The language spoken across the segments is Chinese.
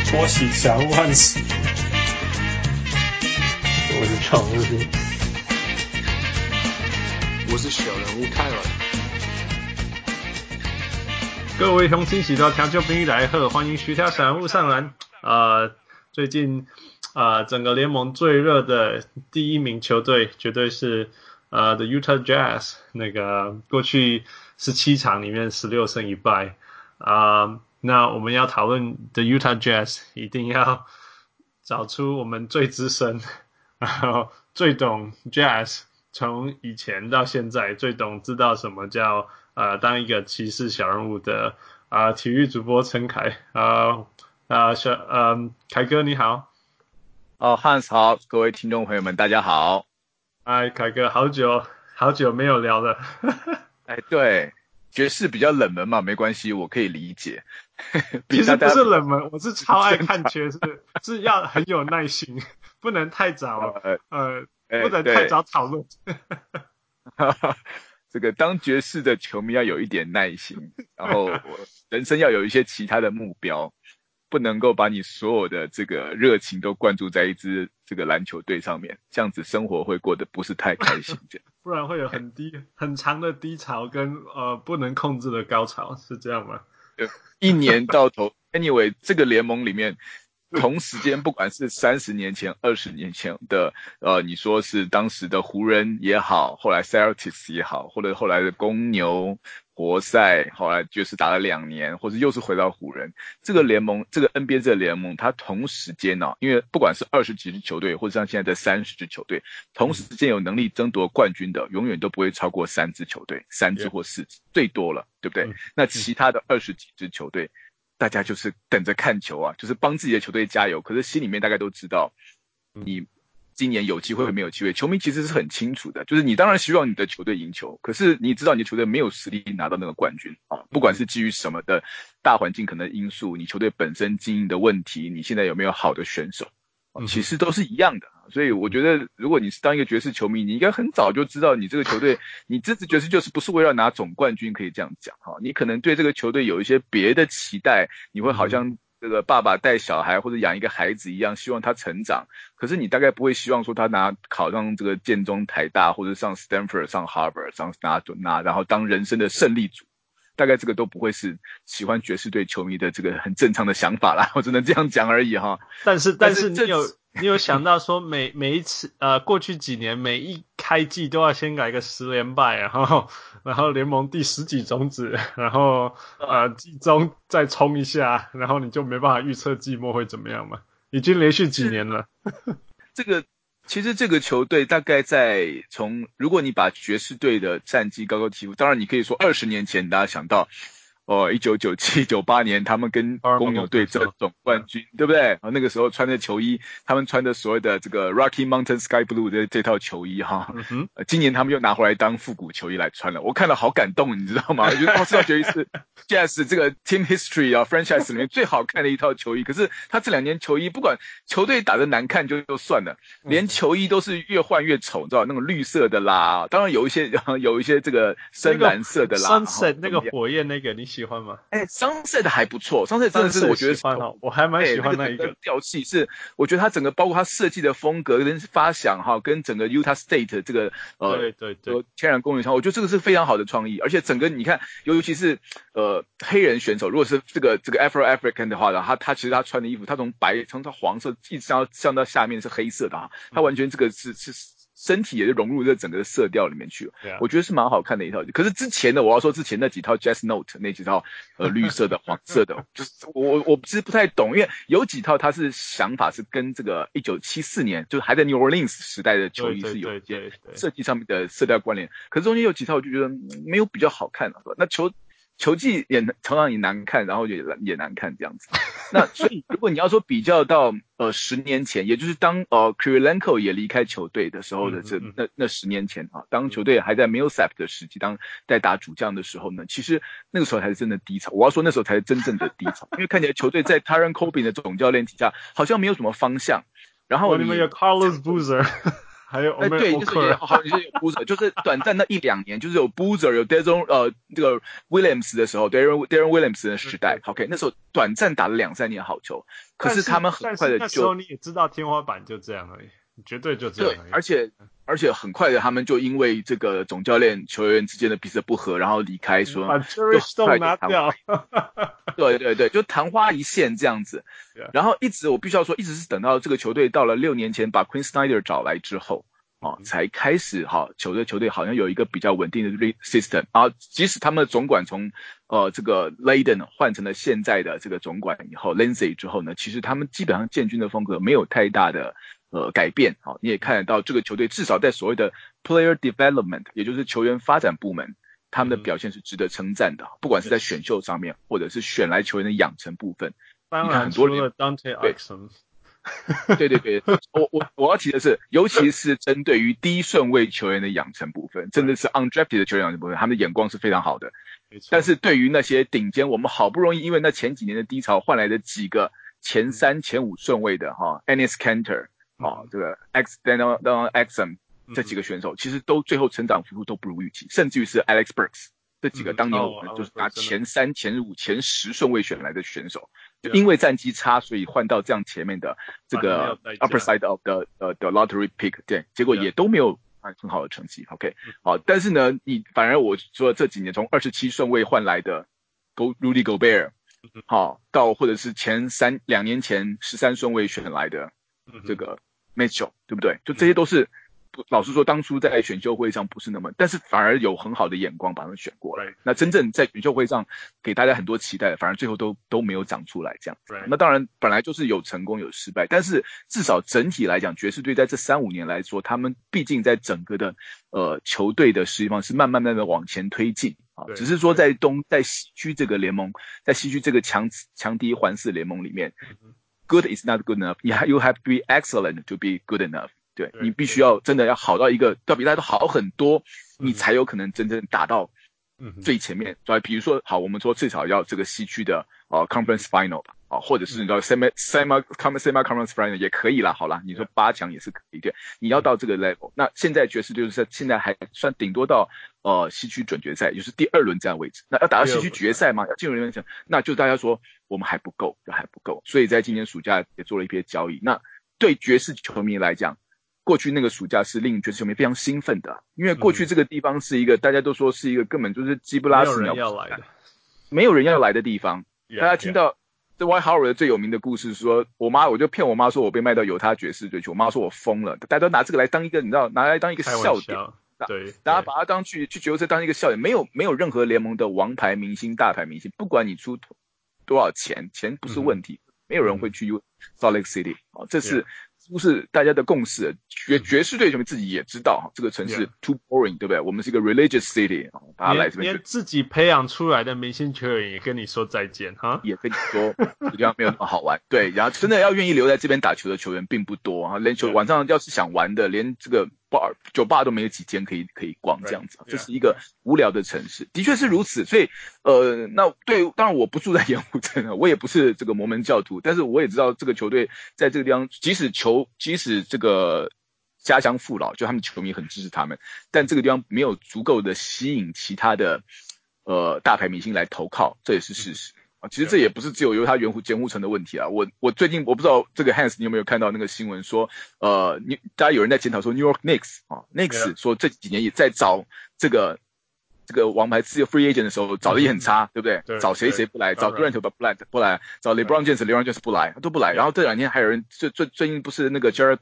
波喜祥万喜， 我是常务， 我是小人物泰伦。 各位乡亲喜到听众朋友来好，欢迎徐跳小人物上篮。最近整个联盟最热的第一名球队绝对是The Utah Jazz， 那个过去17场里面16胜1败。那我们要讨论 The Utah Jazz， 一定要找出我们最资深，然后最懂 Jazz， 从以前到现在最懂知道什么叫当一个骑士小人物的体育主播陈凯。凯哥你好。 Hans 好，各位听众朋友们大家好。 凯哥好久没有聊了。 对，爵士比较冷门嘛，没关系，我可以理解。 其实不是冷门，我是超爱看爵士，是要很有耐心，不能太早，不能太早讨论。 这个当爵士的球迷要有一点耐心，然后人生要有一些其他的目标，不能够把你所有的这个热情都灌注在一支这个篮球队上面，这样子生活会过得不是太开心这样。 不然会有很长的低潮跟不能控制的高潮，是这样吗？ 一年到头 anyway 这个联盟里面同时间不管是30年前20年前的你说是当时的湖人也好，后来 Celtics 也好，或者后来的公牛活塞，后来爵士打了2年，或者又是回到湖人，这个联盟，这个 NBA 这个联盟它同时间因为不管是20几支球队或者像现在的30支球队，同时间有能力争夺冠军的永远都不会超过3支球队，3支或4支最多了，对不对？那其他的20几支球队大家就是等着看球啊，就是帮自己的球队加油，可是心里面大概都知道你今年有机会没有机会，球迷其实是很清楚的，就是你当然希望你的球队赢球，可是你知道你的球队没有实力拿到那个冠军不管是基于什么的大环境可能因素，你球队本身经营的问题，你现在有没有好的选手其实都是一样的。所以我觉得如果你是当一个爵士球迷，你应该很早就知道你这个球队，你支持爵士就是不是为了拿总冠军，可以这样讲你可能对这个球队有一些别的期待，你会好像这个爸爸带小孩或者养一个孩子一样，希望他成长，可是你大概不会希望说他考上这个建中台大或者上 Stanford 上 Harvard 上拿然后当人生的胜利组，大概这个都不会是喜欢爵士队球迷的这个很正常的想法啦，我只能这样讲而已哈。 但是你有想到说每一次过去几年每一开季都要先来个10连败，然后联盟第10几种子，然后季中再冲一下，然后你就没办法预测季末会怎么样嘛？已经连续几年了。 其实这个球队大概如果你把爵士队的战绩高高提，当然你可以说20年前大家想到1997、98年他们跟公牛队争总冠军，对不对？那个时候穿的球衣，他们穿的所谓的这个 Rocky Mountain Sky Blue 这套球衣今年他们又拿回来当复古球衣来穿了，我看了好感动，你知道吗？我觉得这套球衣是 Jazz 这个 Team History Franchise 里面最好看的一套球衣，可是他这2年球衣不管球队打得难看就算了，连球衣都是越换越丑，你知道那种绿色的啦，当然有一些这个深蓝色的啦 ，Sunset 那个火焰那个你喜欢吗 ？Sunset 还不错，Sunset 真的是我觉得我还蛮喜欢那一个调气，是我觉得它整个包括它设计的风格跟发想跟整个 Utah State 这个对天然公园场，我觉得这个是非常好的创意，而且整个你看，尤其是黑人选手，如果是这个 Afro African 的话呢，他其实他穿的衣服，他从他黄色一直上到下面是黑色的他完全这个是身体也是融入这整个色调里面去了，我觉得是蛮好看的一套。可是我要说之前那几套 Jazz Note 那几套绿色的黄色的，就是我其实不太懂，因为有几套它是想法是跟这个1974年就是还在 New Orleans 时代的球衣是有一些设计上面的色调关联，可是中间有几套我就觉得没有比较好看那球技也常常也难看，然后也难看这样子。那所以如果你要说比较到10年前，也就是当Kirilenko 也离开球队的时候的那10年前当球队还在 Millsap 的时期，在打主将的时候呢，其实那个时候才是真的低潮。我要说那时候才是真正的低潮，因为看起来球队在 Tyron Colbin 的总教练底下好像没有什么方向。然后你们有 Carlos Boozer 还有对，就是也好，就是有 Boozer， 就是短暂的1-2年，就是有 Boozer 有 Darren 这个 Williams 的时候 ，Darren Williams 的时代 ，OK， 那时候短暂打了2-3年好球，可是他们很快的就， 那时候你也知道天花板就这样而已，绝对就这样而已。 对，而且很快的他们就因为这个总教练球员之间的彼此不和，然后离开说， 把 Jerry Stone 拿掉。 对，就昙花一现这样子。然后我必须要说，一直是等到这个球队到了6年前把 Quinn Snyder 找来之后。才开始球队好像有一个比较稳定的 system 啊，即使他们的总管从这个 Layden 换成了现在的这个总管以后 Lindsay 之后呢，其实他们基本上建军的风格没有太大的改变你也看得到这个球队至少在所谓的 player development 也就是球员发展部门，他们的表现是值得称赞的，不管是在选秀上面或者是选来球员的养成部分。 当然除了 Dante Exum。 对，我要提的是，尤其是针对于低顺位球员的养成部分，真的是 undrafted 的球员养成部分，他们的眼光是非常好的。但是对于那些顶尖，我们好不容易因为那前几年的低潮换来的几个前3、前5顺位的Enes Kanter 这个 Daniel Exum 这几个选手，其实都最后成长幅度都不如预期，甚至于是 Alex Burks。这几个当年我们就是拿前3、前5、前10顺位选来的选手，就因为战绩差，所以换到这样前面的这个 upper side of the lottery pick， 对，结果也都没有很好的成绩。OK， 好，但是呢，反而我说这几年从27顺位换来的 Rudy Gobert， 好，到或者是2年前13顺位选来的这个 Mitchell， 对不对？就这些都是。老实说，当初在选秀会上不是那么，但是反而有很好的眼光把他们选过来。那真正在选秀会上给大家很多期待的，反而最后都没有长出来这样。那当然本来就是有成功有失败，但是至少整体来讲，爵士队在这3-5年来说，他们毕竟在整个的球队的实力方是慢慢的往前推进啊。只是说在西区这个联盟，在西区这个强敌环伺联盟里面，good is not good enough. You have to be excellent to be good enough. 对，你必须要真的要好到要比大家都好很多，你才有可能真正打到最前面。比如说，好，我们说至少要这个西区的conference final 或者是你知道 semi conference final 也可以啦。好啦，你说8强也是可以，对，你要到这个 level。那现在爵士就是现在还算顶多到西区准决赛，也就是第2轮这样的位置。那要打到西区决赛嘛，要进入联盟，那就大家说我们还不够，所以在今年暑假也做了一批交易。那对爵士球迷来讲，过去那个暑假是令爵士球迷非常兴奋的，因为过去这个地方是一个大家都说是一个根本就是鸡不拉屎鸟没有人要来的地方。大家听到这 Dwight Howard 最有名的故事说，我就骗我妈说我被卖到犹他爵士队去，我妈说我疯了，大家都拿这个来当一个你知道拿来当一个笑点， 对， 大家把它当去爵士当一个笑点，没有任何联盟的王牌明星大牌明星，不管你出多少钱不是问题，没有人会去 Salt Lake City 这是不是大家的共识？爵士队球迷自己也知道这个城市 too boring， 对不对？我们是一个 religious city， 大家来这边连自己培养出来的明星球员也跟你说再见哈， 也跟你说这地方没有那么好玩。对，然后真的要愿意留在这边打球的球员并不多连晚上要是想玩的，连这个酒吧都没有几间可以逛这样子，这是一个无聊的城市，的确是如此。所以那对，当然我不住在盐湖镇，我也不是这个摩门教徒，但是我也知道这个球队在这个地方，即使这个家乡父老，就他们球迷很支持他们，但这个地方没有足够的吸引其他的大牌明星来投靠，这也是事实。其实这也不是只有他盐湖城的问题啊。我最近我不知道这个 Hans 你有没有看到那个新闻说，大家有人在检讨说 New York Knicks 说这几年也在找这个王牌自由 free agent 的时候找的也很差，对不对？找谁不来，找 Durant 不来，找 LeBron James 不来，都不来。然后这2天还有人最近不是那个 Jared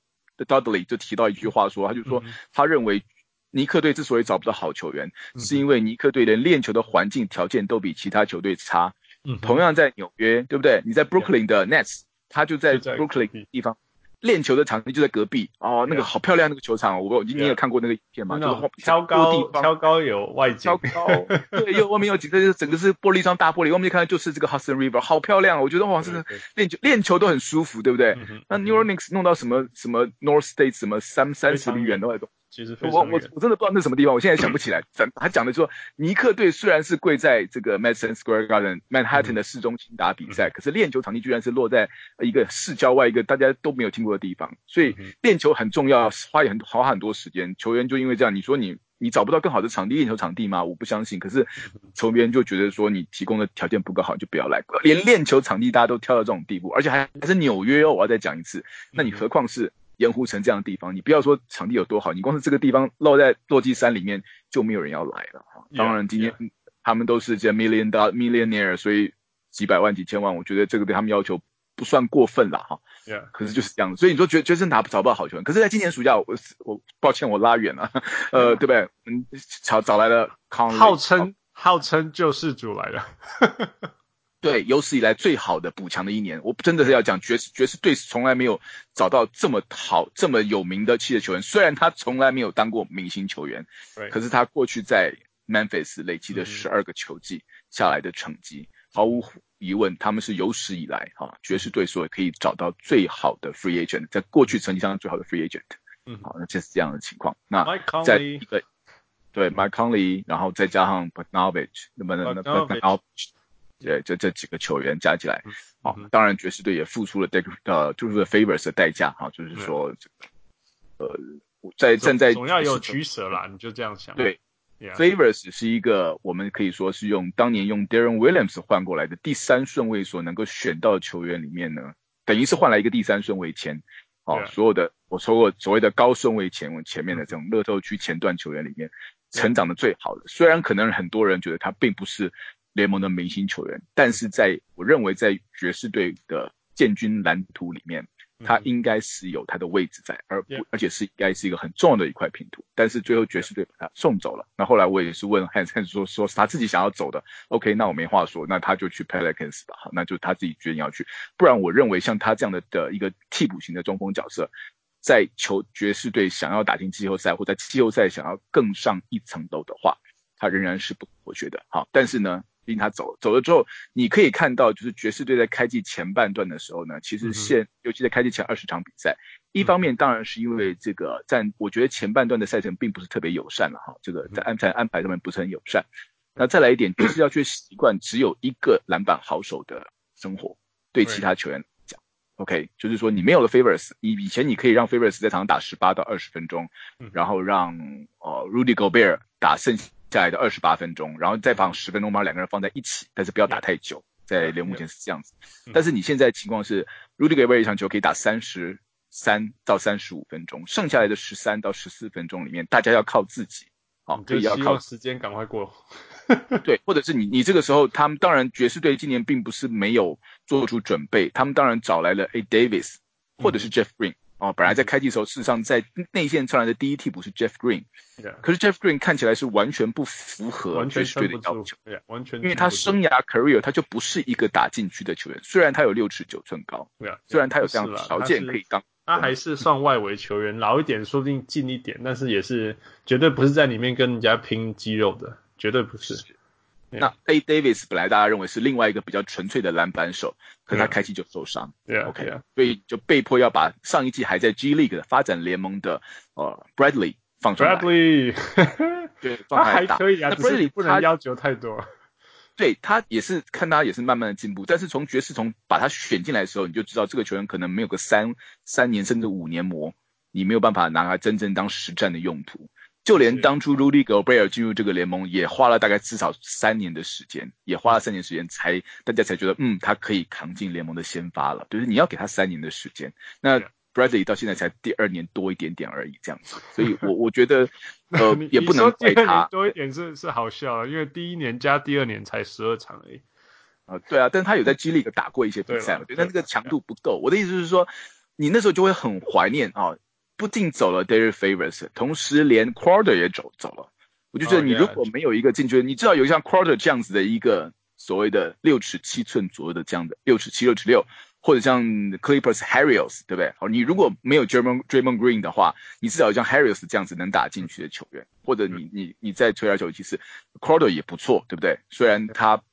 Dudley 就提到一句话说，他就说他认为尼克队之所以找不到好球员，是因为尼克队连练球的环境条件都比其他球队差。同样在纽约，对不对？你在 Brooklyn 的 Nets， 他就在 Brooklyn 地方练球的场地就在隔壁那个好漂亮那个球场，你也看过那个影片吗？就是挑高有外景， 对，外面有几个整个是玻璃窗大玻璃，外面看到就是这个 Hudson River， 好漂亮，我觉得哇，真的练球都很舒服，对不对？那 New Orleans 弄到什么 North State 什么30里远的其实非常远。 我真的不知道那什么地方，我现在想不起来。他讲的说，尼克队虽然是贵在这个 Madison Square Garden Manhattan 的市中心打比赛，可是练球场地居然是落在一个市郊外一个大家都没有听过的地方，所以练球很重要，花很多时间。球员就因为这样，你说你找不到更好的场地练球场地吗？我不相信。可是球员就觉得说你提供的条件不够好，就不要来。连练球场地大家都挑到这种地步，而且还是纽约哦，我要再讲一次。那你何况是盐湖城这样的地方？你不要说场地有多好，你光是这个地方落在落基山里面就没有人要来了。当然今天他们都是这 millionaire， 所以几百万几千万，我觉得这个对他们要求不算过分啦哈。可是就是这样，所以你说爵士找不到好球员，可是在今年暑假我抱歉我拉远了，对不对？找来了康利， 号称救世主来了。 对，有史以来最好的补强的一年，我真的是要讲爵士队从来没有找到这么好、这么有名的企业球员。虽然他从来没有当过明星球员，可是他过去在 Memphis 累积的12个球季下来的成绩，毫无疑问，他们是有史以来爵士队所可以找到最好的 free agent， 在过去成绩上最好的 free agent。好，那就是这样的情况。那在一个对 Mike Conley， 然后再加上 Bogdanovic， 那么对，这几个球员加起来，当然爵士队也付出了就是 Favors 的代价就是说站在总要有取舍啦，你就这样想。 对，Favors 是一个我们可以说是当年用 Darren Williams 换过来的第3顺位所能够选到的球员里面呢，等于是换来一个第3顺位签。所有的我说过所谓的高顺位前面的这种乐透区前段球员里面成长的最好的，虽然可能很多人觉得他并不是联盟的明星球员，但是我认为在爵士队的建军蓝图里面，他应该是有他的位置在，而且应该是一个很重要的一块拼图。但是最后爵士队把他送走了。那后来我也是问 Hans 说是他自己想要走的 ，OK， 那我没话说，那他就去 Pelicans 吧，那就他自己决定要去。不然我认为像他这样的一个替补型的中锋角色，在爵士队想要打进季后赛或在季后赛想要更上一层楼的话，他仍然是不可缺的。好，但是呢，毕竟他走了之后，你可以看到就是爵士队在开季前半段的时候呢，其实尤其在开季前20场比赛，一方面当然是因为这个我觉得前半段的赛程并不是特别友善了这个在安排上面不是很友善。那再来一点就是要去习惯只有一个篮板好手的生活，对其他球员来讲 ，OK， 就是说你没有了 Favors， 以前你可以让 Favors 在场上打18到20分钟，然后让Rudy Gobert 打剩下来的28分钟，然后再放10分钟把2个人放在一起，但是不要打太久，在联盟前是这样子。但是你现在情况是 Rudy Gobert 一场球可以打33到35分钟，剩下来的13到14分钟里面大家要靠自己， 可以要靠时间赶快过。 对，或者是你这个时候，他们当然爵士队今年并不是没有做出准备，他们当然找来了 Davis 或者是 Jeff Green。本来在开季的时候，事实上在内线上来的第一替补是 Jeff Green， 可是 Jeff Green 看起来是完全不符合爵士队的要求， 完全因为他生涯 career 他就不是一个打禁区的球员，虽然他有6尺9寸高，虽然他有这样的条件可以当， 他还是算外围球员，老一点说不定近一点，但是也是绝对不是在里面跟人家拼肌肉的，绝对不是。 那 Davis 本来大家认为是另外一个比较纯粹的篮板手，可是他开季就受伤，OK， 所以就被迫要把上一季还在 G League 的发展联盟的Bradley 放出来。 Bradley 对， 他还可以啊，只是你不能要求太多。 对，他也是看他也是慢慢的进步，但是从爵士把他选进来的时候，你就知道这个球员可能没有个3年甚至5年磨，你没有办法拿他真正当实战的用途。就连当初 Rudy Gobert 进入这个联盟也花了大概至少3年的时间，大家才觉得他可以扛进联盟的先发了，就是你要给他3年的时间。那 Bradley 到现在才第2年多一点点而已这样子，所以我觉得也不能怪他。 你说第2年多一点是好笑的，因为第1年加第2年才12场而已。 对啊，但他有在 G League 打过一些比赛，我觉得那个强度不够。我的意思是说，你那时候就会很怀念不仅走了 Derek Favors， 同时连 Crowder 也走了。我就觉得你如果没有一个禁区，你至少有像 Crowder 这样子的一个所谓的6尺7寸左右的这样的6尺7、6尺6，或者像 Clippers Harris， 对不对？你如果没有 Draymond Green 的话，你至少有像 Harris 这样子能打进去的球员，或者你在推来球其实 Crowder 也不错，对不对？虽然他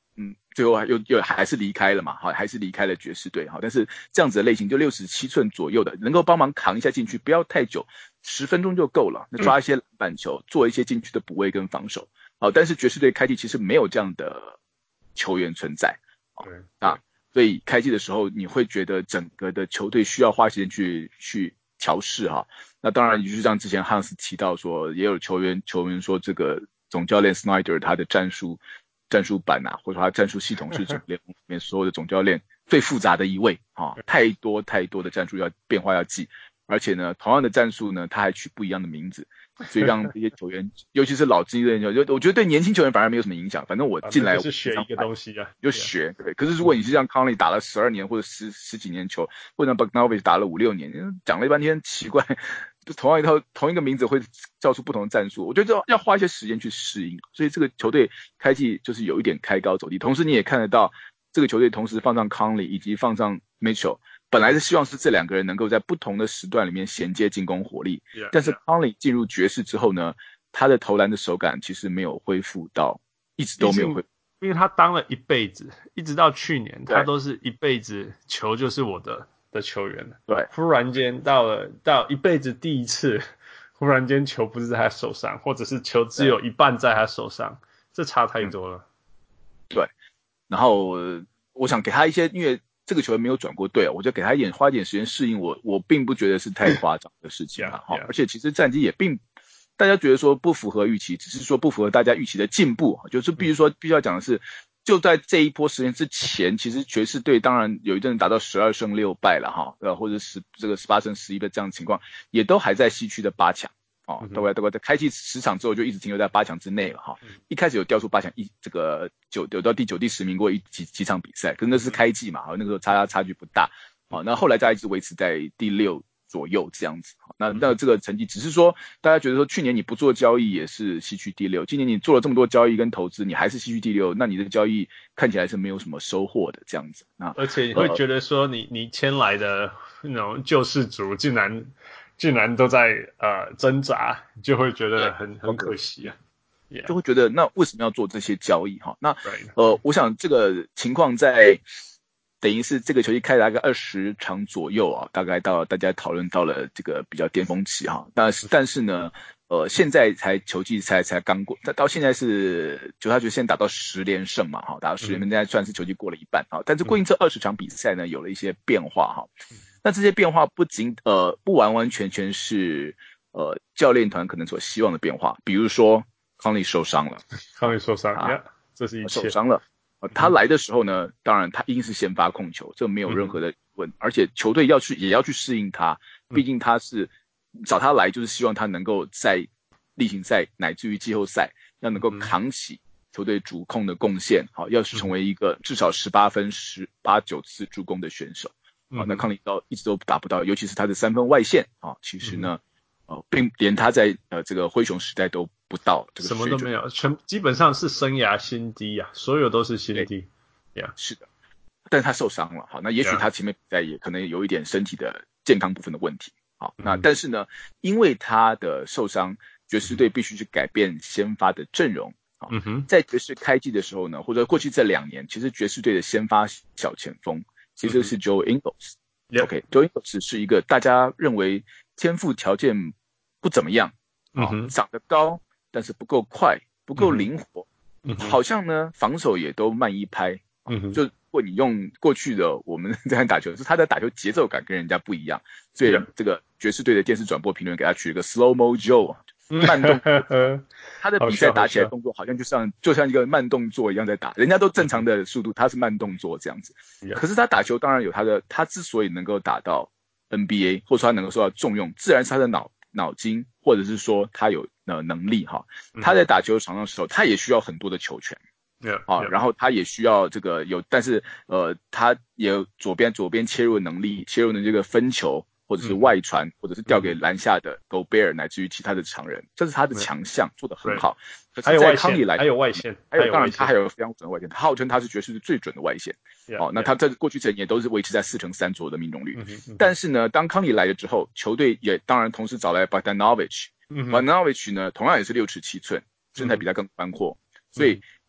最后又还是离开了嘛，好，还是离开了爵士队，好，但是这样子的类型就67寸左右的，能够帮忙扛一下禁区，不要太久，10分钟就够了，那抓一些篮板球，做一些禁区的补位跟防守，好，但是爵士队开季其实没有这样的球员存在， 对啊，所以开季的时候你会觉得整个的球队需要花时间去调试哈，那当然就是像之前汉斯提到说，也有球员说这个总教练 Snyder 他的战术版啊，或者说他战术系统是整个联盟里面所有的总教练最复杂的一位啊，太多的战术变化要记，而且呢，同样的战术呢，他还取不一样的名字，所以让这些球员，尤其是老经验的球员，我觉得对年轻球员反而没有什么影响，反正我进来就是学一个东西啊， 就学，对。可是如果你是像康利打了12年或者十几年球，或者 Bogdanovic 打了5、6年，讲了一半天奇怪，就同一个名字会叫出不同的战术，我觉得要花一些时间去适应，所以这个球队开季就是有一点开高走低，同时你也看得到这个球队同时放上康利以及放上 Mitchell， 本来是希望是这两个人能够在不同的时段里面衔接进攻火力，但是康利进入爵士之后呢，他的投篮的手感其实没有恢复到，一直都没有恢复。 因为他当了一辈子，一直到去年，他都是一辈子球就是我的球员。 对， 忽然间到一辈子第一次，忽然间球不是在他手上，或者是球只有一半在他手上，这差太多了。 对，然后我想给他一些，因为这个球员没有转过队，我就给他花一点时间适应我并不觉得是太夸张的事情了而且其实战绩也大家觉得说不符合预期，只是说不符合大家预期的进步，就是必须要讲的是，就在这一波时间之前，其实爵士队当然有一阵达到12胜6败了哈，或者这个18胜11的这样的情况，也都还在西区的8强都在开季10场之后就一直停留在8强之内了哈。一开始有掉出8强这个有到第9、第10名过几场比赛，可是那是开季嘛，那个时候差距不大那后来大家一直维持在第6左右这样子，那这个成绩只是说，大家觉得说去年你不做交易也是西区第6，今年你做了这么多交易跟投资，你还是西区第6，那你的交易看起来是没有什么收获的这样子。那而且你会觉得说你签来的那种救世主竟然都在挣扎，就会觉得很可惜啊。 就会觉得那为什么要做这些交易哈？那我想这个情况在等于是这个球季开了大概20场左右大概大家讨论到了这个比较巅峰期但是呢现在球季才刚过，到现在是他就先打到10连胜嘛打到10连胜，现在算是球季过了一半但是过去这20场比赛呢有了一些变化那这些变化不完完全全是教练团可能所希望的变化，比如说康利受伤了， 这是一切受伤了。他来的时候呢，当然他一定是先发控球，这没有任何的疑问，而且球队也要去适应他，毕竟他是找他来就是希望他能够在例行赛乃至于季后赛要能够扛起球队主控的贡献，要是成为一个至少18分18、9次助攻的选手。那康利一直都达不到，尤其是他的3分外线其实呢并连他在这个灰熊时代都不到这个水准， 什么都没有，基本上是生涯新低所有都是新低。 是的，但是他受伤了，那也许他前面比赛也可能有一点身体的健康部分的问题，那但是呢，因为他的受伤，爵士队必须去改变先发的阵容。在爵士开季的时候呢，或者过去这2年，其实爵士队的先发小前锋其实是 Joe Ingles。Joe Ingles 是一个大家认为天赋条件不怎么样，长得高，但是不够快，不够灵活，好像呢防守也都慢一拍。就如果你用过去的我们在看打球，是他的打球节奏感跟人家不一样，所以这个爵士队的电视转播评论给他取了个 Slow Mo Joe， 慢动作。他的比赛打起来动作好像就像一个慢动作一样在打，人家都正常的速度，他是慢动作这样子。可是他打球当然有他之所以能够打到 NBA， 或者说他能够受到重用，自然是他的脑筋，或者是说他有能力他在打球场上的时候，他也需要很多的球权。然后他也需要这个但是他也有左边切入的能力，切入的这个分球或者是外传，或者是调给篮下的 Gobert 乃至于其他的常人，这是他的强项，做得很好。 还有外线， 当然他还有非常准的外线，他号称他是爵士最准的外线。那他在过去这年都是维持在4成3左右的命中率。但是呢，当康利来了之后，球队也当然同时找来 Bogdanovic 呢，同样也是6尺7寸，身材比他更宽阔，所以在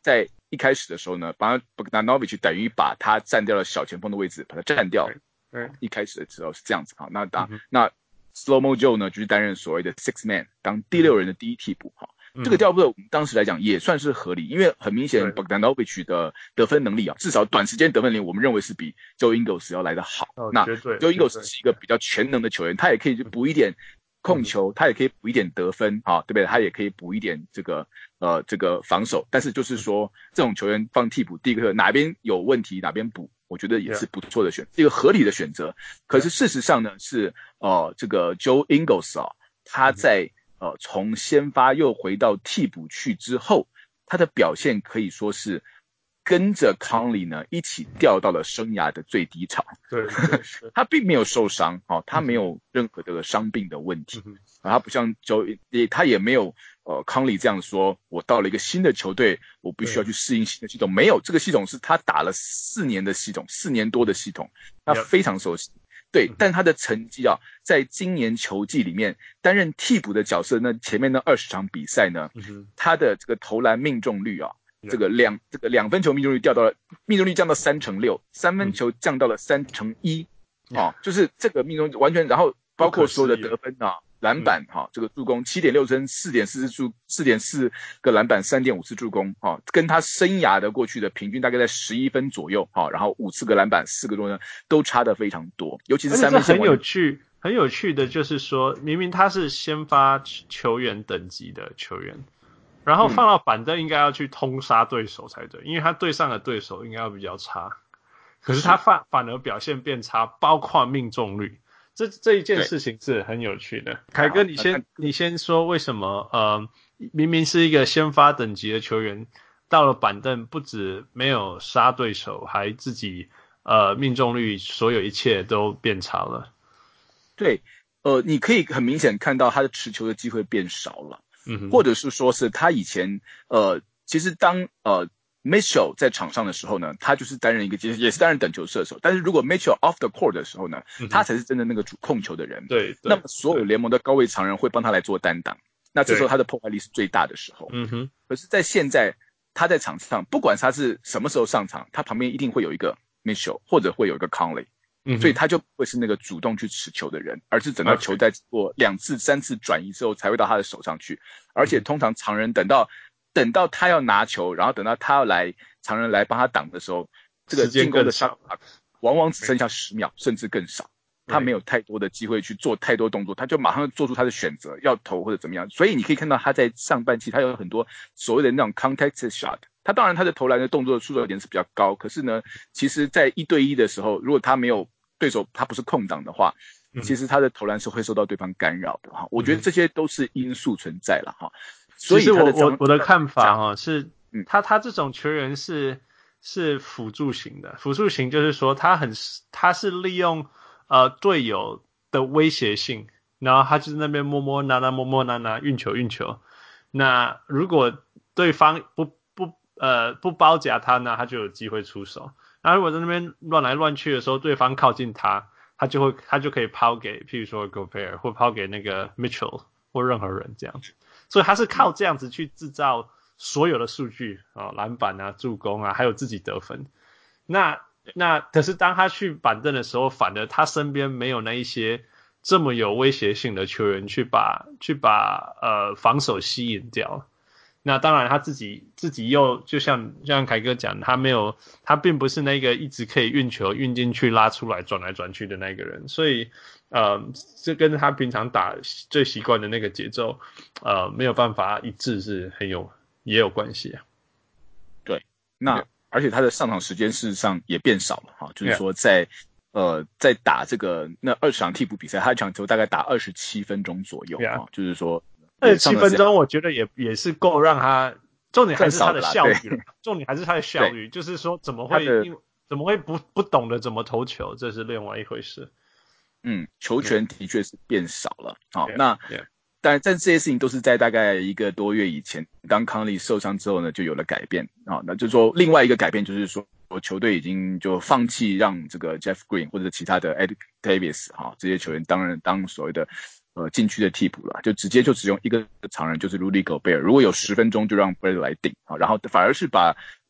一开始的时候呢，Bogdanovic 等于把他占掉了小前锋的位置，把他占掉了。一开始的时候是这样子哈，那 Slow-Mo Joe 呢，就是担任所谓的 six man， 当第6人的第一替补哈。这个调度我们当时来讲也算是合理，因为很明显 Bogdanovic 的得分能力啊，至少短时间得分能力我们认为是比 Joe Ingles 要来得好。那 Joe Ingles 是一个比较全能的球员，他也可以补一点控球，他也可以补一点得分啊，对不对？他也可以补一点这个防守，但是就是说这种球员放替补，第一个哪边有问题哪边补，我觉得也是不错的选择，一个合理的选择。可是事实上呢，是这个 Joe Ingles 啊，他在从先发又回到替补去之后，他的表现可以说是跟着 Conley 呢一起掉到了生涯的最低潮。 对， 他并没有受伤，他没有任何的伤病的问题，他不像他也没有Conley 这样说，我到了一个新的球队，我必须要去适应新的系统。没有，这个系统是他打了4年的系统，4年多的系统，他非常熟悉。对，但他的成绩啊，在今年球季里面担任替补的角色，那前面的20场比赛呢，他的这个投篮命中率啊，这个两分球命中率降到3%6%，三分球降到了3%1，就是这个命中率完全，然后包括所有的得分啊、篮板这个助攻7.6分、4.4个篮板、3.5次助攻跟他生涯的过去的平均大概在11分左右然后5次个篮板、4个助攻都差得非常多，尤其是三分线。 很有趣的就是说，明明他是先发球员等级的球员，然后放到板凳应该要去通杀对手才对，因为他对上的对手应该要比较差，可是他反而表现变差，包括命中率。这一件事情是很有趣的。凯哥，你先说为什么明明是一个先发等级的球员，到了板凳不止没有杀对手，还自己命中率所有一切都变差了。 对，你可以很明显看到他的持球的机会变少了，或者是说是他以前其实当Mitchell 在场上的时候呢，他就是担任一个也是担任等球射手，但是如果 Mitchell off the court 的时候呢，他才是真的那个主控球的人。 对， 那么所有联盟的高位常人会帮他来做担当，那这时候他的破坏力是最大的时候。可是在现在他在场上，不管他是什么时候上场，他旁边一定会有一个 Mitchell 或者会有一个 Conley。所以他就不会是那个主动去持球的人，而是等到球在做2次3次转移之后才会到他的手上去，而且通常常人等到他要拿球，然后等到他要来常人来帮他挡的时候，这个进攻的伤往往只剩下10秒甚至更少，他没有太多的机会去做太多动作，他就马上做出他的选择，要投或者怎么样。所以你可以看到他在上半期他有很多所谓的那种 contact shot， 他当然他的投篮的动作出手点是比较高，可是呢其实在1对1的时候，如果他没有对手他不是空档的话，其实他的投篮是会受到对方干扰的我觉得这些都是因素存在了所以其实我的看法是他这种球员是辅助型的，辅助型就是说他是利用队友的威胁性，然后他就是那边摸摸拿运球，那如果对方不包夹他呢，他就有机会出手。那如果在那边乱来乱去的时候，对方靠近他就可以抛给譬如说 Gobert 或抛给那个 Mitchell 或任何人这样子。所以他是靠这样子去制造所有的数据篮板啊、助攻啊，还有自己得分。那可是当他去板凳的时候，反而他身边没有那一些这么有威胁性的球员去把防守吸引掉。那当然他自己又就像凯哥讲，他并不是那个一直可以运球运进去拉出来转来转去的那个人，所以这跟他平常打最习惯的那个节奏没有办法一致是也有关系对，那而且他的上场时间事实上也变少了就是说在打这个那20场替补比赛，他一场球大概打27分钟左右就是说 27分钟我觉得也是够让他，重点还是他的效率重点还是他的效率，就是说怎么会不懂得怎么投球，这是另外一回事。 球权的确是变少了那但这些事情都是在大概1个多月以前，当康利受伤之后呢，就有了改变那就是说另外一个改变就是说球队已经就放弃让这个 Jeff Green 或者其他的 Ed Davis 这些球员当所谓的禁区的替补了，就直接就只用一个常人，就是 Rudy Gobert， 如果有10分钟就让 Brad 来顶然后反而是把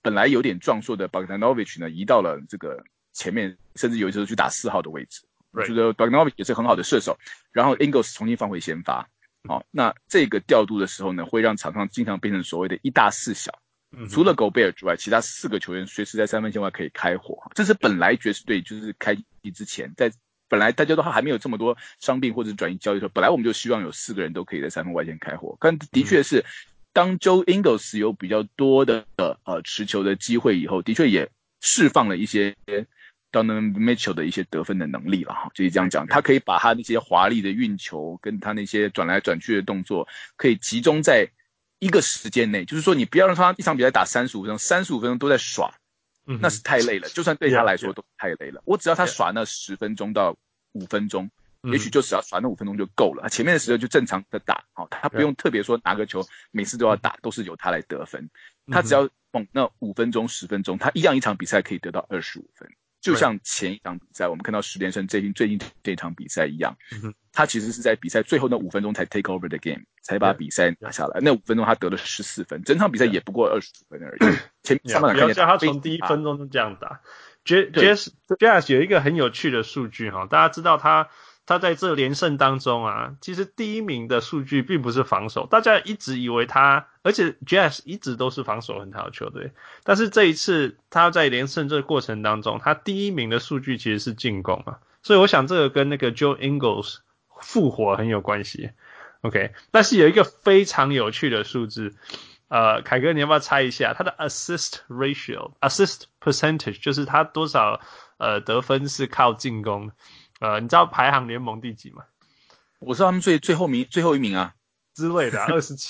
本来有点壮硕的 Bogdanovic 呢移到了这个前面，甚至有一次去打4号的位置。我觉得 Bogdanovic 也是很好的射手，然后 Ingles 重新放回先发。好，那这个调度的时候呢，会让场上经常变成所谓的1大4小。除了 Gobert 之外，其他4个球员随时在3分线外可以开火。这是本来爵士队就是开季之前，本来大家都还没有这么多伤病或者转移交易的时候，本来我们就希望有4个人都可以在3分外线开火。但的确是，当 Joe Ingles 有比较多的持球的机会以后，的确也释放了一些Donovan Mitchell 的一些得分的能力了哈，就是这样讲，他可以把他那些华丽的运球跟他那些转来转去的动作，可以集中在一个时间内，就是说你不要让他一场比赛打35分钟，35分钟都在耍，那是太累了，就算对他来说都太累了。我只要他耍那10分钟到5分钟，也许就只要耍那5分钟就够了，他前面的时候就正常的打，他不用特别说拿个球每次都要打，都是由他来得分，他只要那5分钟10分钟，他一场比赛可以得到25分。就像前一场比赛我们看到10连胜最近这场比赛一样，他其实是在比赛最后那5分钟才 take over the game， 才把比赛拿下来。那5分钟他得了14分，整场比赛也不过25分而已。前上半场看起来不要叫他从第1分钟就这样打。Jazz 有一个很有趣的数据哈，大家知道他在这连胜当中啊，其实第1名的数据并不是防守，大家一直以为而且 Jazz 一直都是防守很好的球队，但是这一次他在连胜这个过程当中，他第1名的数据其实是进攻啊，所以我想这个跟那个 Joe Ingles 复活很有关系。OK， 但是有一个非常有趣的数字，凯哥你要不要猜一下他的 assist ratio、assist percentage， 就是他多少得分是靠进攻？你知道排行联盟第几吗？ 我知道他们最后一名啊之类的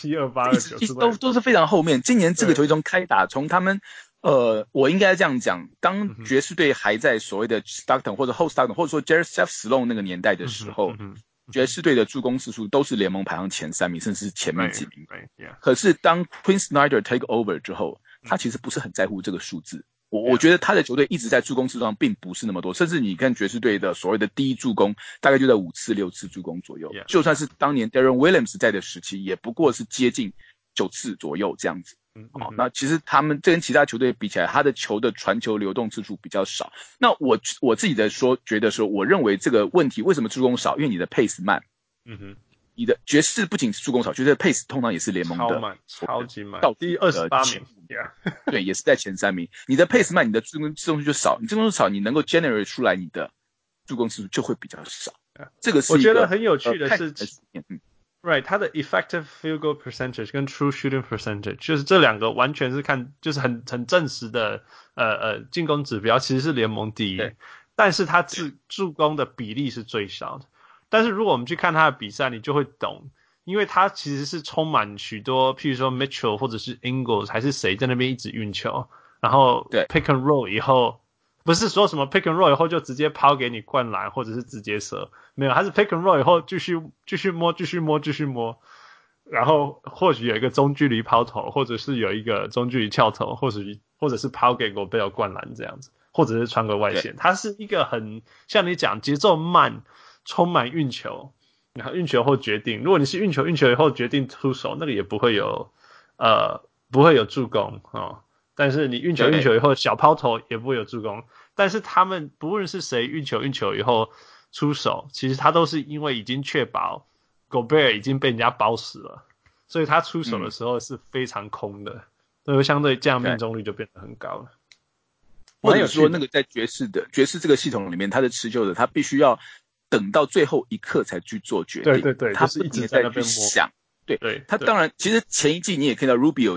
，27、28、29 都是非常后面。今年这个球队从开打，从他们我应该这样讲，当爵士队还在所谓的 Stockton 或者后 Stockton 或者说 Jeff Sloan 那个年代的时候，爵士队的助攻次数都是联盟排行前3名，甚至是前面几名。可是当 Quinn Snyder take over 之后，他其实不是很在乎这个数字。我觉得他的球队一直在助攻次数上并不是那么多，甚至你看爵士队的所谓的第一助攻大概就在5次6次助攻左右，就算是当年 Darren Williams 在的时期也不过是接近9次左右这样子。那其实他们这跟其他球队比起来，他的球的传球流动次数比较少。那我自己的觉得说，我认为这个问题为什么助攻少，因为你的 pace 慢。你的爵士不仅是助攻少，爵士的 pace 通常也是联盟的超级慢， 到第28名， 对，也是在前3名。你的 pace 慢，你的助攻次数就少，你助攻少，你能够 generate 出来你的助攻次数就会比较少。这个是我觉得很有趣的是 ，right， 他的 effective field goal percentage 跟 true shooting percentage， 就是这2个完全是就是很证实的进攻指标，其实是联盟第一，但是他助攻的比例是最少的。但是如果我们去看他的比赛，你就会懂，因为他其实是充满许多，譬如说 Mitchell 或者是 Ingles 还是谁在那边一直运球，然后 pick and roll 以后，不是说什么 pick and roll 以后就直接抛给你灌篮或者是直接射，没有，他是 pick and roll 以后继续摸，然后或许有一个中距离抛投，或者是有一个中距离跳投，或者是抛给 Gobert 灌篮这样子，或者是传个外线，他是一个很像你讲节奏慢。充满运球，然后运球后决定。如果你是运球以后决定出手，那个也不会有助攻哦。但是你运球以后小抛投也不会有助攻。但是他们不论是谁运球以后出手，其实他都是因为已经确保 Gobert 已经被人家包死了，所以他出手的时候是非常空的，所以相对这样命中率就变得很高了。 或者说那个在爵士这个系统里面，他的持球者他必须要等到最后一刻才去做决定， 对， 他就是一直在那边想。对，他当然，其实前一季你也看到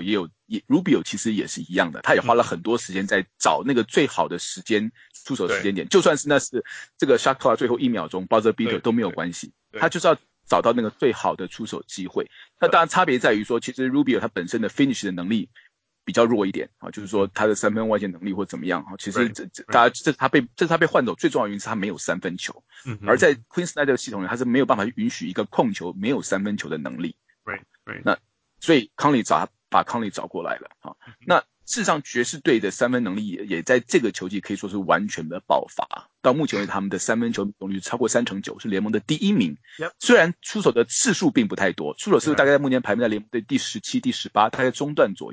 Rubio 其实也是一样的，他也花了很多时间在找那个最好的时间出手时间点，就算是那是这个 shot clock 最后1秒钟 buzzer beater 都没有关系，他就是要找到那个最好的出手机会。那当然差别在于说，其实 Rubio 他本身的 finish 的能力比较弱一点啊，就是说他的3分外线能力或怎么样啊，其实这是他被换走最重要的原因是他没有3分球，而在 Quinn Snyder 的系统里，他是没有办法允许一个控球没有3分球的能力。那所以把康利找过来了啊。那事实上爵士队的3分能力也在这个球季可以说是完全的爆发。到目前为止，他们的3分球命中率超过39%，是联盟的第1名。虽然出手的次数并不太多，出手次数大概在目前排名在联盟的第17、第18，大概中段左右。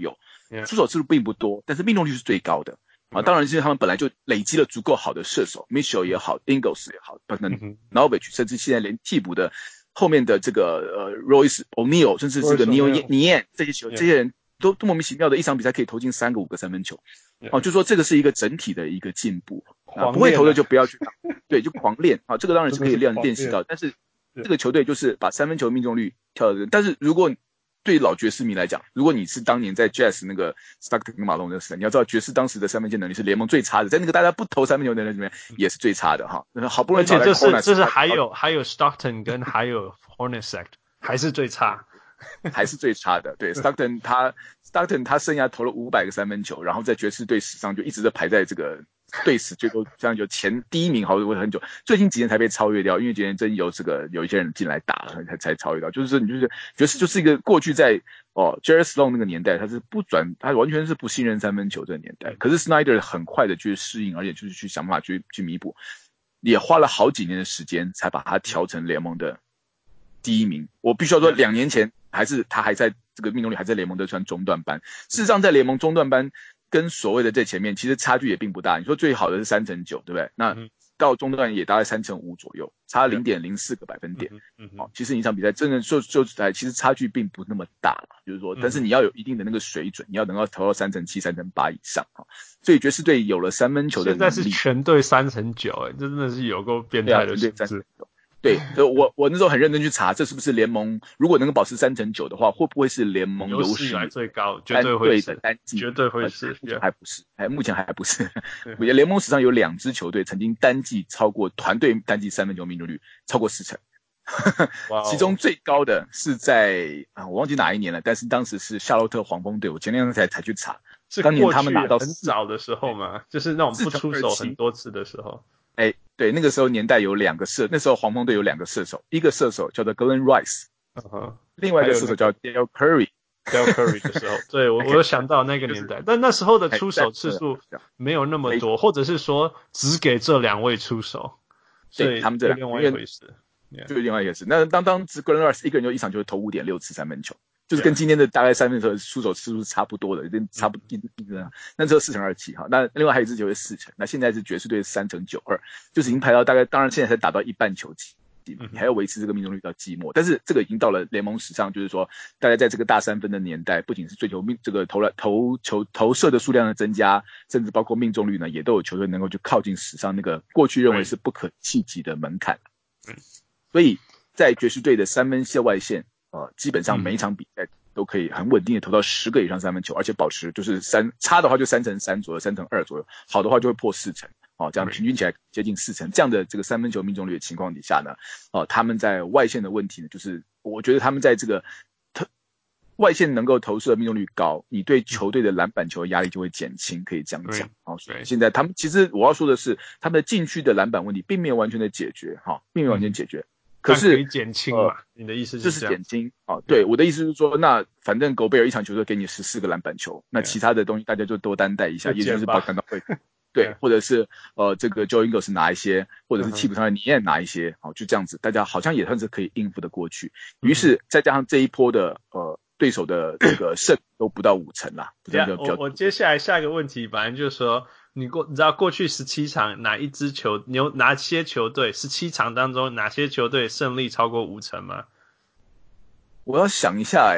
出手次数并不多，但是命中率是最高的。当然是他们本来就累积了足够好的射手 ，Mitchell 也好 ，Ingles 也好，等等 Novich， 甚至现在连替补的后面的这个Royce O'Neal， 甚至这个 Nian 这些人都莫名其妙的一场比赛可以投进3个5个三分球。就说这个是一个整体的一个进步。不会投的就不要去打，对，就狂练这个当然是可以练习到，但是这个球队就是把三分球命中率跳的。但是如果对老爵士迷来讲，如果你是当年在 Jazz 那个 Stockton 跟马龙的时代，你要知道爵士当时的三分线能力是联盟最差的，在那个大家不投三分球的人里面也是最差的哈。好不容易找来 Hornacek， 这是还有 Stockton 跟还有 Hornacek 还是最差。 还是最差的，对 Stockton 他生涯投了500个三分球，然后在爵士队史上就一直在排在这个队史最多这样就第一名，好很久，最近几年才被超越掉，因为今年真有一些人进来打才超越到，就是你就是爵士就是一个过去在Jerry Sloan 那个年代，他完全是不信任三分球这个年代，可是 Snyder 很快的去适应，而且就是去想办法去弥补，也花了好几年的时间才把他调成联盟的第一名。我必须要说2年前他还在这个命中率还在联盟的算中段班，事实上在联盟中段班跟所谓的在前面其实差距也并不大，你说最好的是3.9%，对不对？那到中段也大概3.5%左右，差 0.04 个百分点。其实一场比赛真的就其实差距并不那么大，就是说但是你要有一定的那个水准，你要能够投到3.7 3.8以上。所以爵士队有了三分球的能力， 现在是全队3.9%，这真的是有够变态的数字。 对，所以我那时候很认真去查，这是不是联盟如果能够保持3.9%的话，会不会是联盟有史以来最高？绝对会是，绝对会是。 目前还不是。联盟史上有2支球队曾经单季超过团队单季三分球命中率超过40%，其中最高的是在我忘记哪一年了，但是当时是夏洛特黄蜂队，我前两天才去查，当年他们拿到很早的时候嘛，就是那种不出手很多次的时候。 对，那个时候年代有那时候黄蜂队有2个射手，一个射手叫做 Glenn Rice，另外一个射手叫 Dell Curry。Dell Curry 的时候，对我有想到那个年代，但那时候的出手次数没有那么多，或者是说只给这2位出手，所以他们这另外一回事， 就是另外一回事。那当Glenn Rice 一个人就一场就会投5.6次三分球。就是跟今天的大概三分球出手次数是差不多的，差不多那时候4.27哈，那另外还有一支球队4成，那现在是爵士队3.92，就是已经排到大概，当然现在才打到一半球季，你还要维持这个命中率到季末，但是这个已经到了联盟史上，就是说大家在这个大三分的年代，不仅是追求这个投射的数量的增加，甚至包括命中率呢，也都有球队能够去靠近史上那个过去认为是不可企及的门槛。所以在爵士队的三分线外线。基本上每一场比赛都可以很稳定的投到10个以上三分球，而且保持就是差的话就3.3左右，3.2左右，好的话就会破4成，这样平均起来接近4成，这样的这个三分球命中率的情况底下呢，他们在外线的问题呢，就是我觉得他们在这个外线能够投射的命中率高，你对球队的篮板球的压力就会减轻，可以这样讲。所以现在他们其实我要说的是，他们的禁区的篮板问题并没有完全的解决，并没有完全解决。可是减轻嘛？你的意思就是减轻对，我的意思是说，那反正狗贝尔一场球队给你14个篮板球，那其他的东西大家就多担待一下，也就是把感到会对，或者是这个 Joe Ingles 拿一些，或者是替补上的你也拿一些，就这样子，大家好像也算是可以应付的过去。于是再加上这一波的对手的这个胜都不到5成啦。 我接下来下一个问题，反正就是说。你知道过去17场哪些球队17场当中哪些球队胜利超过5成吗？ 我要想一下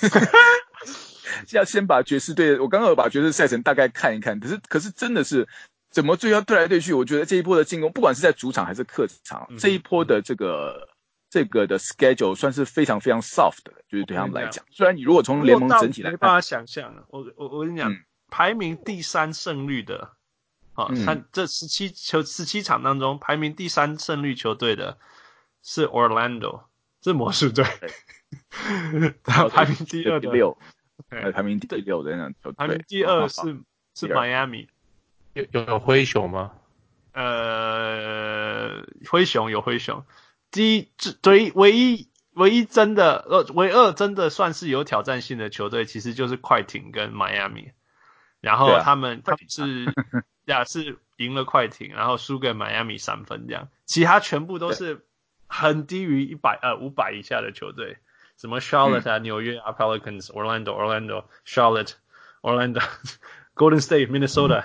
要先把爵士队，我刚刚有把爵士赛程大概看一看，可是真的是怎么对来对去，我觉得这一波的进攻，不管是在主场还是客场，这一波的这个的 schedule 算是非常非常 soft 的，就是对他们来讲。虽然你如果从联盟整体来看， 没办法想象，我跟你讲，排名第3胜率的。这17场当中排名第3胜率球队的是 Orlando， 是魔术队。排名第2的排名第6的那种球队。 排名第2是 Miami。 有灰熊吗？ 灰熊有灰熊。唯一真的唯二真的算是有挑战性的球队，其实就是快艇跟 Miami。然后他们是赢了快艇，然后输给迈阿密3分这样，其他全部都是很低于500以下的球队，什么 Charlotte 纽约Pelicans、Orlando、Charlotte Orlando, Golden State, Minnesota,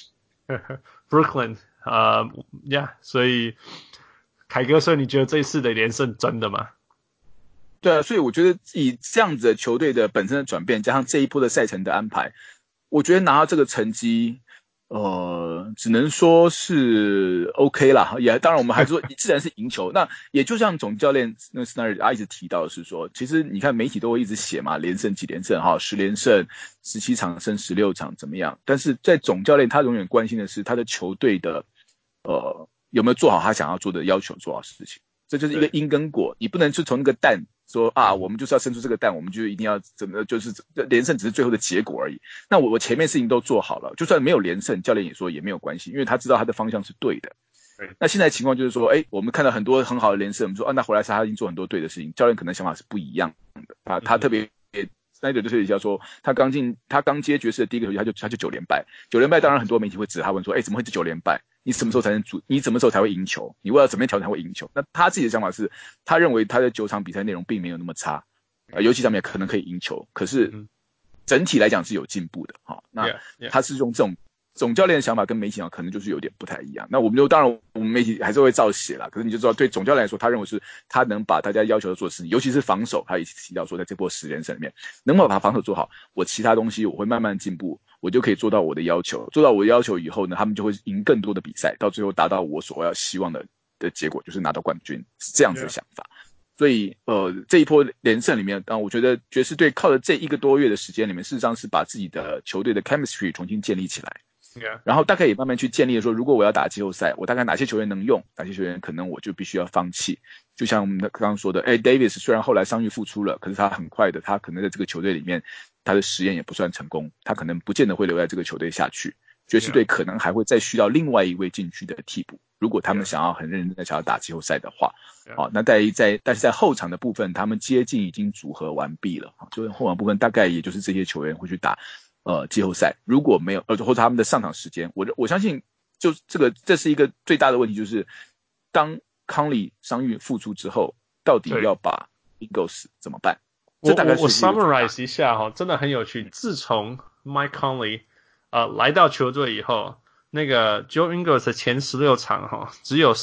Brooklyn,所以凯哥，所以你觉得这一次的连胜真的吗？ 对啊，所以我觉得以这样子的球队的本身的转变，加上这一波的赛程的安排，我觉得拿到这个成绩，只能说是 OK 啦。也当然我们还说自然是赢球。那也就像总教练那 Snyder 一直提到的是说，其实你看媒体都会一直写嘛，连胜几连胜哈，10连胜、17场胜、16场怎么样？但是在总教练他永远关心的是他的球队的有没有做好他想要做的要求做好事情。这就是一个因跟果，你不能就从那个蛋说啊，我们就是要生出这个蛋，我们就一定要怎么，就是连胜只是最后的结果而已。那我前面事情都做好了，就算没有连胜，教练也说也没有关系，因为他知道他的方向是对的。那现在情况就是说，我们看到很多很好的连胜，我们说那回来是他已经做很多对的事情，教练可能想法是不一样的。他特别Snyder 就是一下说，他刚接爵士的第一个球季，他就9连败，9连败，当然很多媒体会指他问说，怎么会是9连败？你什么时候才会赢球？你为了怎么样调整才会赢球？那他自己的想法是，他认为他的9场比赛内容并没有那么差，尤其上面可能可以赢球，可是整体来讲是有进步的。那他是用这种总教练的想法跟媒体讲可能就是有点不太一样。那我们当然我们媒体还是会照写啦，可是你就知道对总教练来说，他认为是他能把大家要求的做事情，尤其是防守，他也提到说在这波10连胜里面能把防守做好，我其他东西我会慢慢进步，我就可以做到我的要求，做到我的要求以后呢，他们就会赢更多的比赛，到最后达到我所要希望的结果，就是拿到冠军，是这样子的想法。所以这一波连胜里面，我觉得爵士队靠着这1个多月的时间里面，事实上是把自己的球队的 chemistry 重新建立起来。然后大概也慢慢去建立说，如果我要打季后赛，我大概哪些球员能用，哪些球员可能我就必须要放弃。就像我们刚刚说的，Davis 虽然后来伤愈复出了，可是他很快的，他可能在这个球队里面，他的实验也不算成功，他可能不见得会留在这个球队下去。爵士队可能还会再需要另外一位禁区的替补，如果他们想要很认真的想要打季后赛的话。那但是在后场的部分，他们接近已经组合完毕了，就是后场部分大概也就是这些球员会去打季后赛，如果没有或者他们的上场时间，我相信就这是一个最大的问题，就是当康利伤愈复出之后，到底要把 Ingles 怎么办？ 我 summarize 一下真的很有趣。自从 Mike Conley 来到球队以后，那个 Joe Ingles 的前16场只有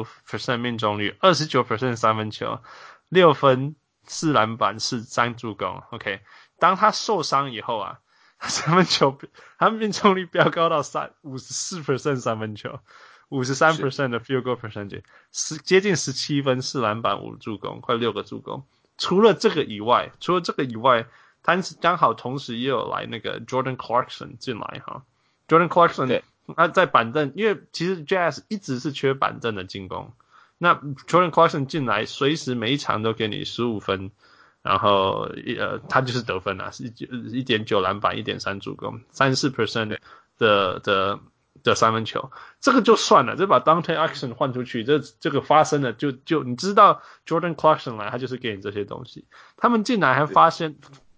35% 命中率， 29% 三分球，6分4篮板3助攻。 OK， 当他受伤以后三分球他命中率飙高到 54% 三分球， 53% 的 field goal percentage， 接近17分4篮板5助攻，快6个助攻。除了这个以外，他刚好同时也有来那个 Jordan Clarkson 进来Jordan Clarkson 他在板凳，因为其实 Jazz 一直是缺板凳的进攻，那 Jordan Clarkson 进来随时每一场都给你15分，然后他就是得分1.9篮板 1.3 助攻 34% 的三分球，这个就算了，这把 Dante Exum 换出去，这个发生了就你知道 Jordan Clarkson 来他就是给你这些东西。他们进来还发现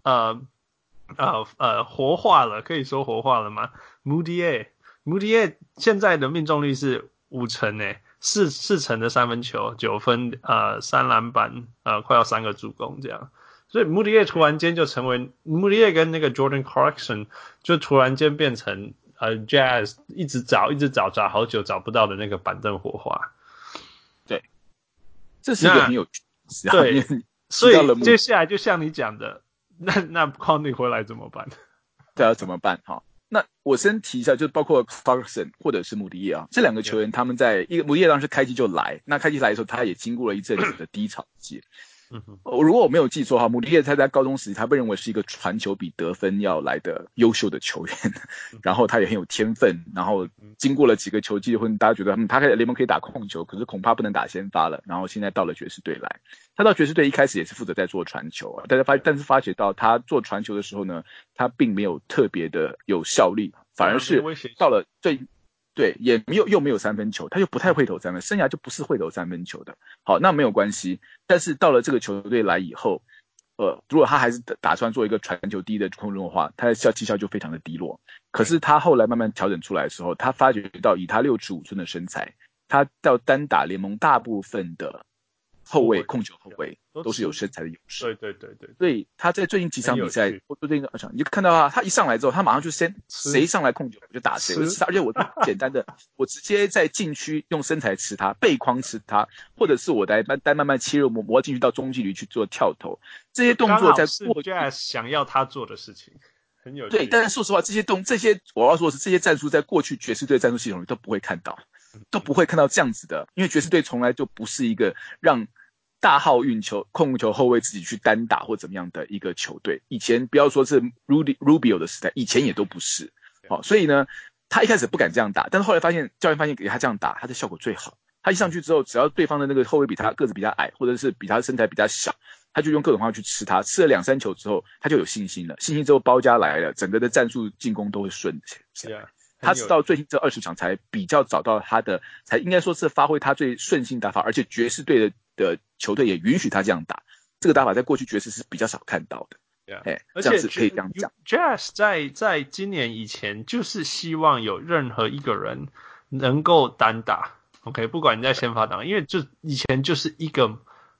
活化了，可以说活化了吗？ Mudiay 现在的命中率是5成4成的三分球，9分3篮板快要3个助攻这样。所以 Mudiay 突然间就成为 Mudiay 跟那个 Jordan Clarkson 就突然间变成Jazz 一直找好久找不到的那个板凳火花。 对，这是一个很有趣的。 对，所以接下来就像你讲的，那 Conley 回来怎么办？ 对啊，怎么办？那我先提一下，就包括 Clarkson 或者是穆迪耶这两个球员，他们在穆迪耶当时开季就来，那开季来的时候，他也经过了一阵子的低潮期。如果我没有记错的话，穆迪耶他在高中时期，他被认为是一个传球比得分要来的优秀的球员，然后他也很有天分，然后经过了几个球季后，大家觉得他在联盟可以打控球，可是恐怕不能打先发了，然后现在到了爵士队来。他到爵士队一开始也是负责在做传球但是发觉到他做传球的时候呢，他并没有特别的有效率，反而是到了对，也又没有三分球，他又不太会投三分，生涯就不是会投三分球的。好，那没有关系。但是到了这个球队来以后，如果他还是打算做一个传球低的控球的话，他的绩效就非常的低落。可是他后来慢慢调整出来的时候，他发觉到以他65寸的身材，他要单打联盟大部分的后卫、控球后卫都是有身材的优势。 对， 所以他在最近几场比赛，或者这个场，你就看到他一上来之后，他马上就谁上来控球我就打谁，我就吃他，而且我简单的，我直接在禁区用身材吃他，背框吃他，或者是我来慢慢切入磨进去到中距离去做跳投，这些动作在过去 Jazz 想要他做的事情。很有趣。 对，但是说实话，这些我要说的是这些战术在过去爵士队战术系统里都不会看到，都不会看到这样子的，因为爵士队从来就不是一个让大号运球控球后卫自己去单打或怎么样的一个球队。以前不要说是 Rubio 的时代，以前也都不是。好，所以呢，他一开始不敢这样打，但是后来教练发现给他这样打，他的效果最好。他一上去之后，只要对方的那个后卫个子比他矮，或者是比他身材比较小，他就用各种方法去吃他，吃了2-3球之后，他就有信心了。信心之后包夹来了，整个的战术进攻都会顺起来。他直到最近这20场才比较找到他的，才应该说是发挥他最顺心打法，而且爵士队的球队也允许他这样打。这个打法在过去爵士是比较少看到的。 而且可以这样讲。 Jazz 在今年以前就是希望有任何一个人能够单打。OK， 不管你在先发档，因为就以前就是一个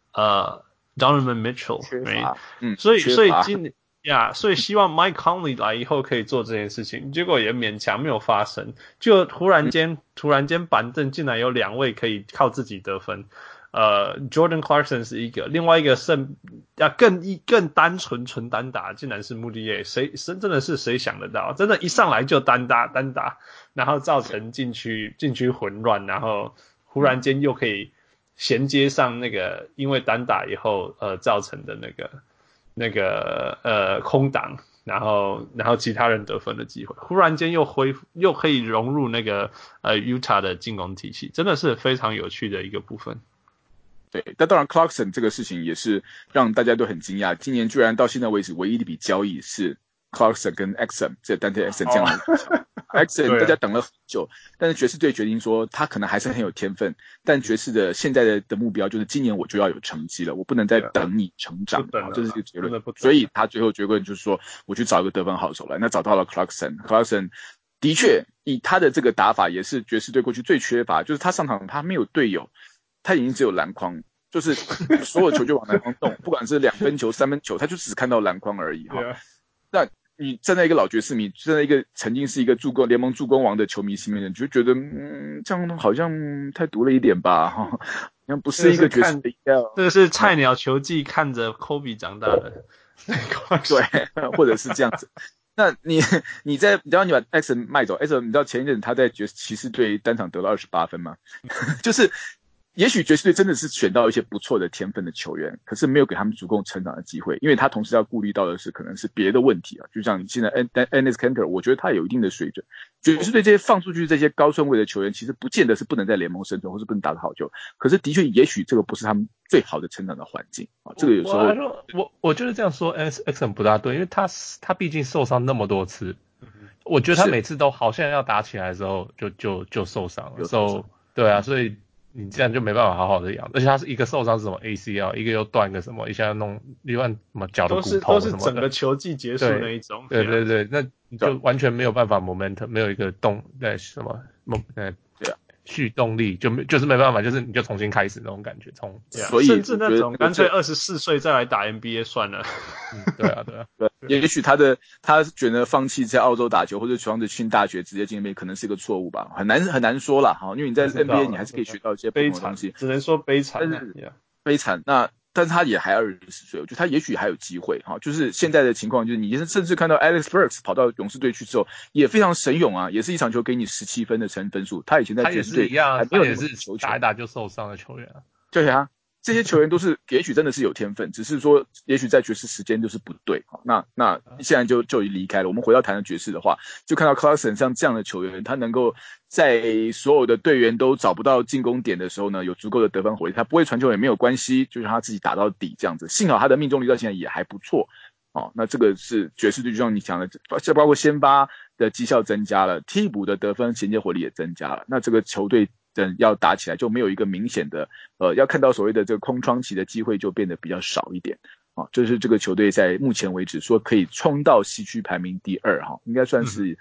Donovan Mitchell， 所以所以希望 Mike Conley 来以后可以做这件事情，结果也勉强没有发生，就突然间板凳进来有2位可以靠自己得分。Jordan Clarkson 是一个，另外一个更单纯单打，竟然是穆迪耶，真的是谁想得到？真的，一上来就单打，然后造成禁区混乱，然后忽然间又可以衔接上那个因为单打以后造成的那个空档，然后其他人得分的机会，忽然间又可以融入那个Utah 的进攻体系，真的是非常有趣的一个部分。 对，但当然 Clarkson 这个事情也是让大家都很惊讶，今年居然到现在为止唯一的一笔交易是 Clarkson 跟 Exum 这Dante Exum 这样的Exum 大家等了很久，但是爵士队决定说他可能还是很有天分，但爵士的现在的目标就是今年我就要有成绩了，我不能再等你成长，这是一个结论。所以他最后结论就是说我去找一个得分好手来，那找到了 Clarkson 的确以他的这个打法也是爵士队过去最缺乏，就是他上场他没有队友，他已经只有篮筐，就是所有球就往篮筐动，不管是2分球、3分球，他就只看到篮筐而已哈。那你站在一个老爵士迷，站在一个曾经是一个联盟助攻王的球迷心里面，就觉得这样好像太毒了一点吧哈，好像不是一个爵士的这个是菜鸟球技看着 Kobe 长大的， 对，或者是这样子。那你把 Exum 卖走 ，Exum 你知道前一阵他在骑士队单场得了28分吗？就是也许爵士队真的是选到一些不错的天分的球员，可是没有给他们足够成长的机会，因为他同时要顾虑到的是可能是别的问题啊，就像现在 Enes Kanter， 我觉得他有一定的水准。爵士队这些放出去这些高顺位的球员，其实不见得是不能在联盟生存或是不能打得好球，可是的确也许这个不是他们最好的成长的环境啊。这个有时候我就是这样说 ，Exum 不大对，因为他毕竟受伤那么多次，我觉得他每次都好像要打起来的时候就受伤了，对啊，所以你这样就没办法好好的养，而且他是一个受伤是什么 ACL， 一个又断个什么，一下弄另外什么脚的骨头什么的， 都是整个球季结束那一种。 对，那你就完全没有办法 momentum， 没有一个什么续动力，就是没办法，就是你就重新开始那种感觉， 所以甚至那种干脆24岁再来打 NBA 算了。 对啊， 也许他觉得放弃在澳洲打球或者闯着进大学直接进 NBA 可能是一个错误吧，很难说啦，因为你在 NBA 你还是可以学到一些不同的东西， 只能说悲惨， 悲惨。但是他也还20岁，我觉得他也许还有机会哈。就是现在的情况，就是你甚至看到 Alex Burks 跑到勇士队去之后，也非常神勇啊，也是一场球给你17分的分数。他以前在爵士队一样，他也是打一打就受伤的球员啊。 对啊，这些球员都是也许真的是有天分，只是说也许在爵士时间就是不对。那现在就离开了。我们回到谈的爵士的话，就看到 Clarkson 像这样的球员，他能够在所有的队员都找不到进攻点的时候呢，有足够的得分火力，他不会传球也没有关系，就让他自己打到底这样子。幸好他的命中率到现在也还不错。那这个是爵士队就像你讲的，包括先发的绩效增加了，替补的得分衔接火力也增加了，那这个球队要打起来就没有一个明显的要看到所谓的这个空窗期的机会就变得比较少一点这是这个球队在目前为止说可以冲到西区排名第2应该算是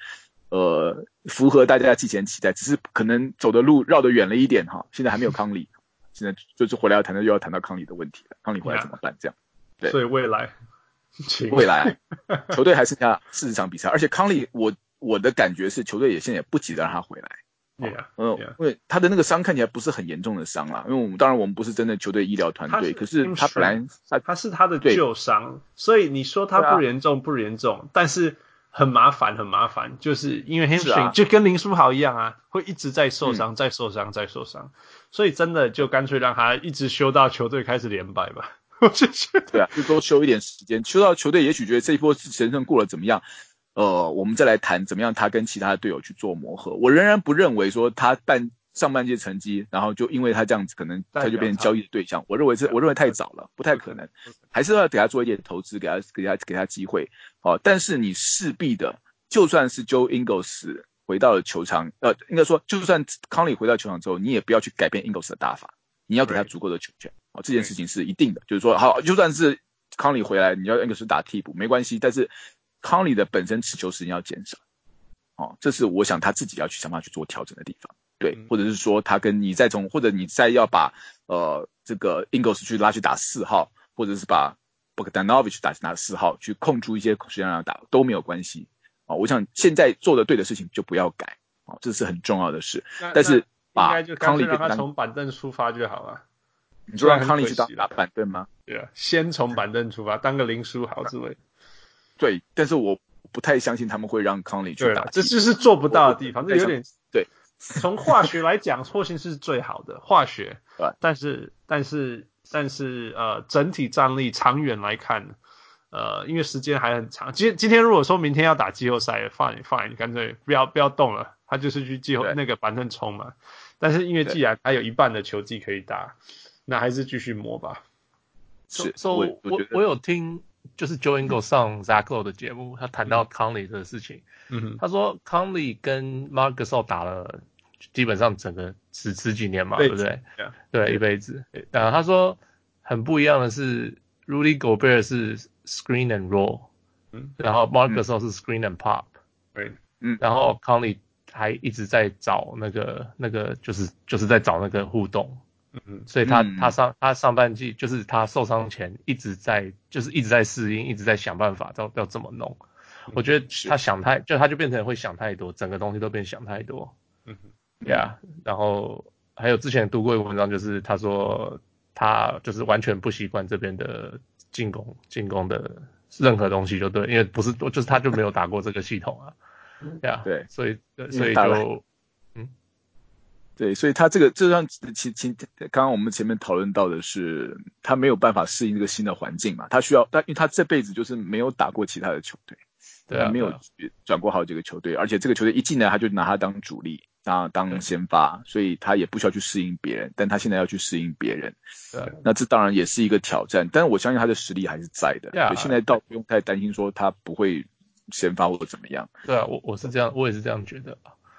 符合大家季前期待，只是可能走的路绕得远了一点现在还没有康利， 现在就是回来要谈的又要谈到康利的问题了，康利回来怎么办？这样，对， 所以未来球队还剩下40场比赛，而且康利我的感觉是球队现在也不急着让他回来。因为他的那个伤看起来不是很严重的伤啦，因为当然我们不是真的球队医疗团队，可是他本来他是他的旧伤，所以你说他不严重，但是很麻烦，就是因为 hamstring 就跟林书豪一样啊，会一直在受伤，再受伤，所以真的就干脆让他一直休到球队开始连败吧。我就觉得对啊，就多休一点时间，休到球队也许觉得这一波神胜过了怎么样。我们再来谈怎么样他跟其他的队友去做磨合。我仍然不认为说他上半届成绩，然后就因为他这样子，可能他就变成交易的对象。我认为太早了，不太可能，还是要给他做一点投资，给他机会。但是你势必的，就算是 Joe Ingles 回到了球场，应该说，就算康利回到球场之后，你也不要去改变 Ingles 的打法，你要给他足够的球权。这件事情是一定的，就是说，好，就算是康利回来，你要 Ingles 打替补没关系，但是康利的本身持球时间要减少，这是我想他自己要去想办法去做调整的地方，对，或者是说他跟你或者你再要把这个 Ingles 去拉去打4号，或者是把 Bogdanovic 打4号去控住一些时间让他打都没有关系，我想现在做的对的事情就不要改，这是很重要的事，但是把康利让他从板凳出发就好了。 你说让康利去打板凳吗？ 对啊，先从板凳出发，当个林书豪之类。 对，但是我不太相信他们会让康利去打， 这就是做不到的地方，这有点对。 从化学来讲，霍信是最好的化学，但是整体战力长远来看，因为时间还很长。今天如果说明天要打季后赛 ，fine， 干脆不要动了，他就是去季后那个板凳冲嘛。但是因为既然还有一半的球季可以打，那还是继续磨吧。 是，我有听。就是 Joe Ingles 上 Zach Lowe 的节目，他谈到康利的事情。他说康利跟 Marc Gasol 打了基本上整个十几年嘛，对不对？对，一辈子。他说很不一样的是 Rudy Gobert 是 screen and roll，然后 Marc Gasol 是 screen and pop，然后康利还一直在找那个就是在找那个互动。所以他上半季就是他受伤前一直在适应，一直在想办法要怎么弄。我觉得他就变成会想太多，整个东西都变想太多。然后还有之前读过一个文章，就是他说他就是完全不习惯这边的进攻的任何东西，就对，因为不是就是他就没有打过这个系统啊。 对， 所以就。 对，所以他这让刚刚我们前面讨论到的是，他没有办法适应这个新的环境嘛，因为他这辈子就是没有打过其他的球队，他没有转过好几个球队，而且这个球队一进来他就拿他当主力，当先发，所以他也不需要去适应别人，但他现在要去适应别人，那这当然也是一个挑战，但是我相信他的实力还是在的，所以现在倒不用太担心说他不会先发或者怎么样。 对啊，我是这样，我也是这样觉得。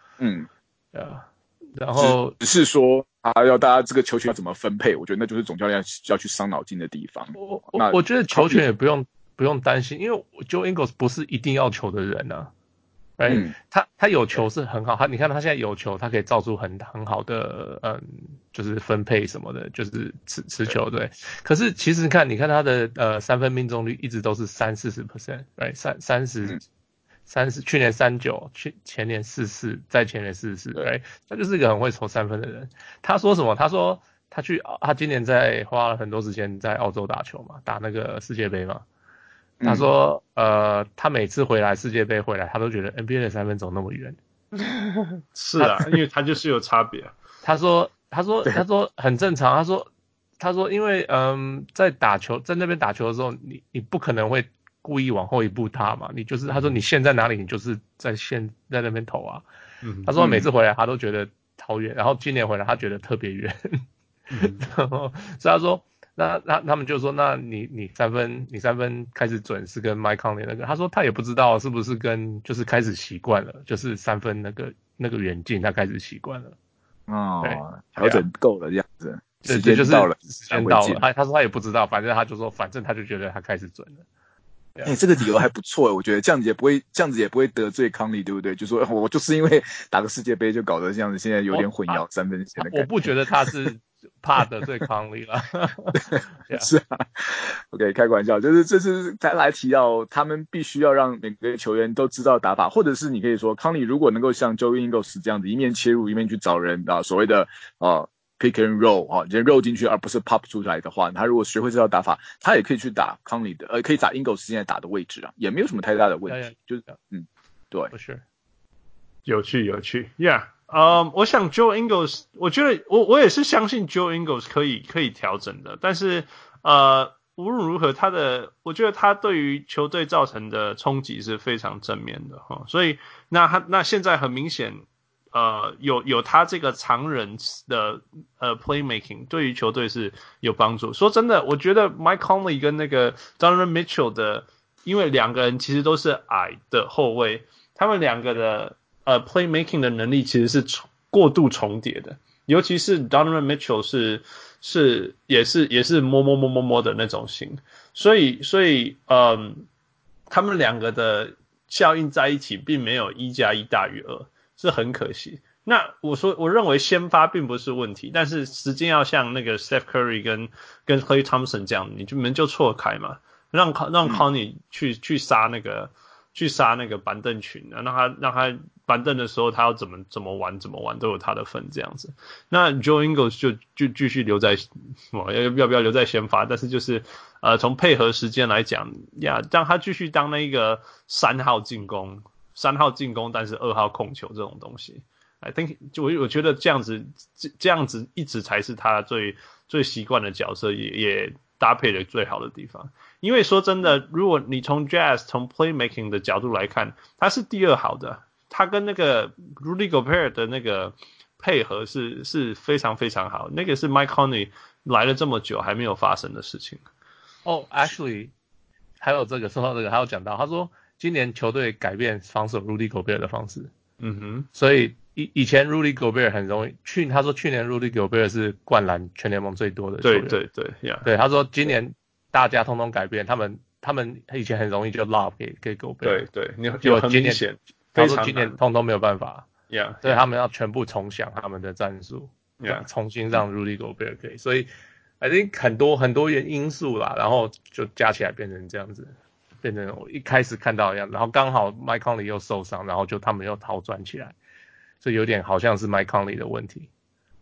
然后只是说要大家这个球权要怎么分配，我觉得那就是总教练要去伤脑筋的地方。 我觉得球权也不用担心，因为 Joe Ingles 不是一定要球的人啊。他有球是很好，你看他现在有球，他可以造出很好的就是分配什么的，就是持球对。可是其实你看他的三分命中率一直都是30-40%， 30，去年39，前年44，再前年44，他就是一个很会投三分的人。他说什么？他说他今年花了很多时间在澳洲打球嘛，打那个世界杯嘛。他说他每次回来世界杯回来，他都觉得 NBA 的三分走那么远。 是啊，因为他就是有差别。 他说很正常。他说因为在那边打球的时候，你不可能会故意往后一步踏嘛，他说你线在哪里，你就是在那边投啊。他说每次回来他都觉得好远，然后今年回来他觉得特别远。然后所以他说那他们就说那你三分开始准是跟 Mike Conley 那个，他说他也不知道是不是跟就是开始习惯了，就是三分那个远近他开始习惯了。 调整够了这样子。 时间到了，他说他也不知道，反正他就说，反正他就觉得他开始准了。 这个理由还不错，我觉得这样子也不会得罪康利，对不对？就说我就是因为打个世界杯就搞得这样子，现在有点混淆三分线的感觉。 我不觉得他是怕得罪康利了。 是啊 ，OK， 开个玩笑，就是这是再来提到他们必须要让每个球员都知道打法，或者是你可以说康利如果能够像 Joe Ingles 这样子一面切入一面去找人啊，所谓的pick and roll 啊，直接 roll 进去而不是 pop 出来的话，他如果学会这套打法，他也可以去打康利的，可以打 Ingles 现在打的位置啊，也没有什么太大的问题，就是对， 不是， 有趣 ，Yeah。我想 Joe Ingles， 我觉得我也是相信 Joe Ingles 可以调整的，但是无论如何，我觉得他对于球队造成的冲击是非常正面的哈，所以那现在很明显，有他这个常人的playmaking 对于球队是有帮助。说真的，我觉得 Mike Conley 跟那个 Donovan Mitchell 的，因为两个人其实都是矮的后卫，他们两个的playmaking 的能力其实是过度重叠的，尤其是 Donovan Mitchell 也是摸的那种型，所以他们两个的效应在一起并没有1+1大于2，是很可惜。那我认为先发并不是问题，但是时间要像那个 Steph Curry 跟 Klay Thompson 这样，你们就错开嘛，让 Conley 去杀那个板凳群，让他板凳的时候他要怎么玩都有他的份这样子。那 Joe Ingles 就继续留在要不要留在先发，但是就是从配合时间来讲呀，让他继续当那个3号进攻，但是2号控球这种东西。I think 我觉得这样子一直才是他最习惯的角色，也搭配的最好的地方。因为说真的，如果你从 Jazz 从 playmaking 的角度来看，他是第2好的，他跟那个 Rudy Gobert 的那个配合是非常非常好，那个是 Mike Conley 来了这么久还没有发生的事情。 actually 还有这个说到这个，还有讲到他说今年球队改变防守 Rudy Gobert 的方式，所以以前 Rudy Gobert 很容易他说去年 Rudy Gobert 是灌篮全联盟最多的球员， 对， 他说今年大家通通改变，他们以前很容易就 lob 给 Gobert， 对， 结果今年他说今年通通没有办法，所以他们要全部重想他们的战术，重新让 Rudy Gobert 可以，所以 I think 很多因素啦，然后就加起来变成这样子，变成我一开始看到的样子，然后刚好 Mike Conley 又受伤，然后他们又好转起来，所以有点好像是 Mike Conley 的问题。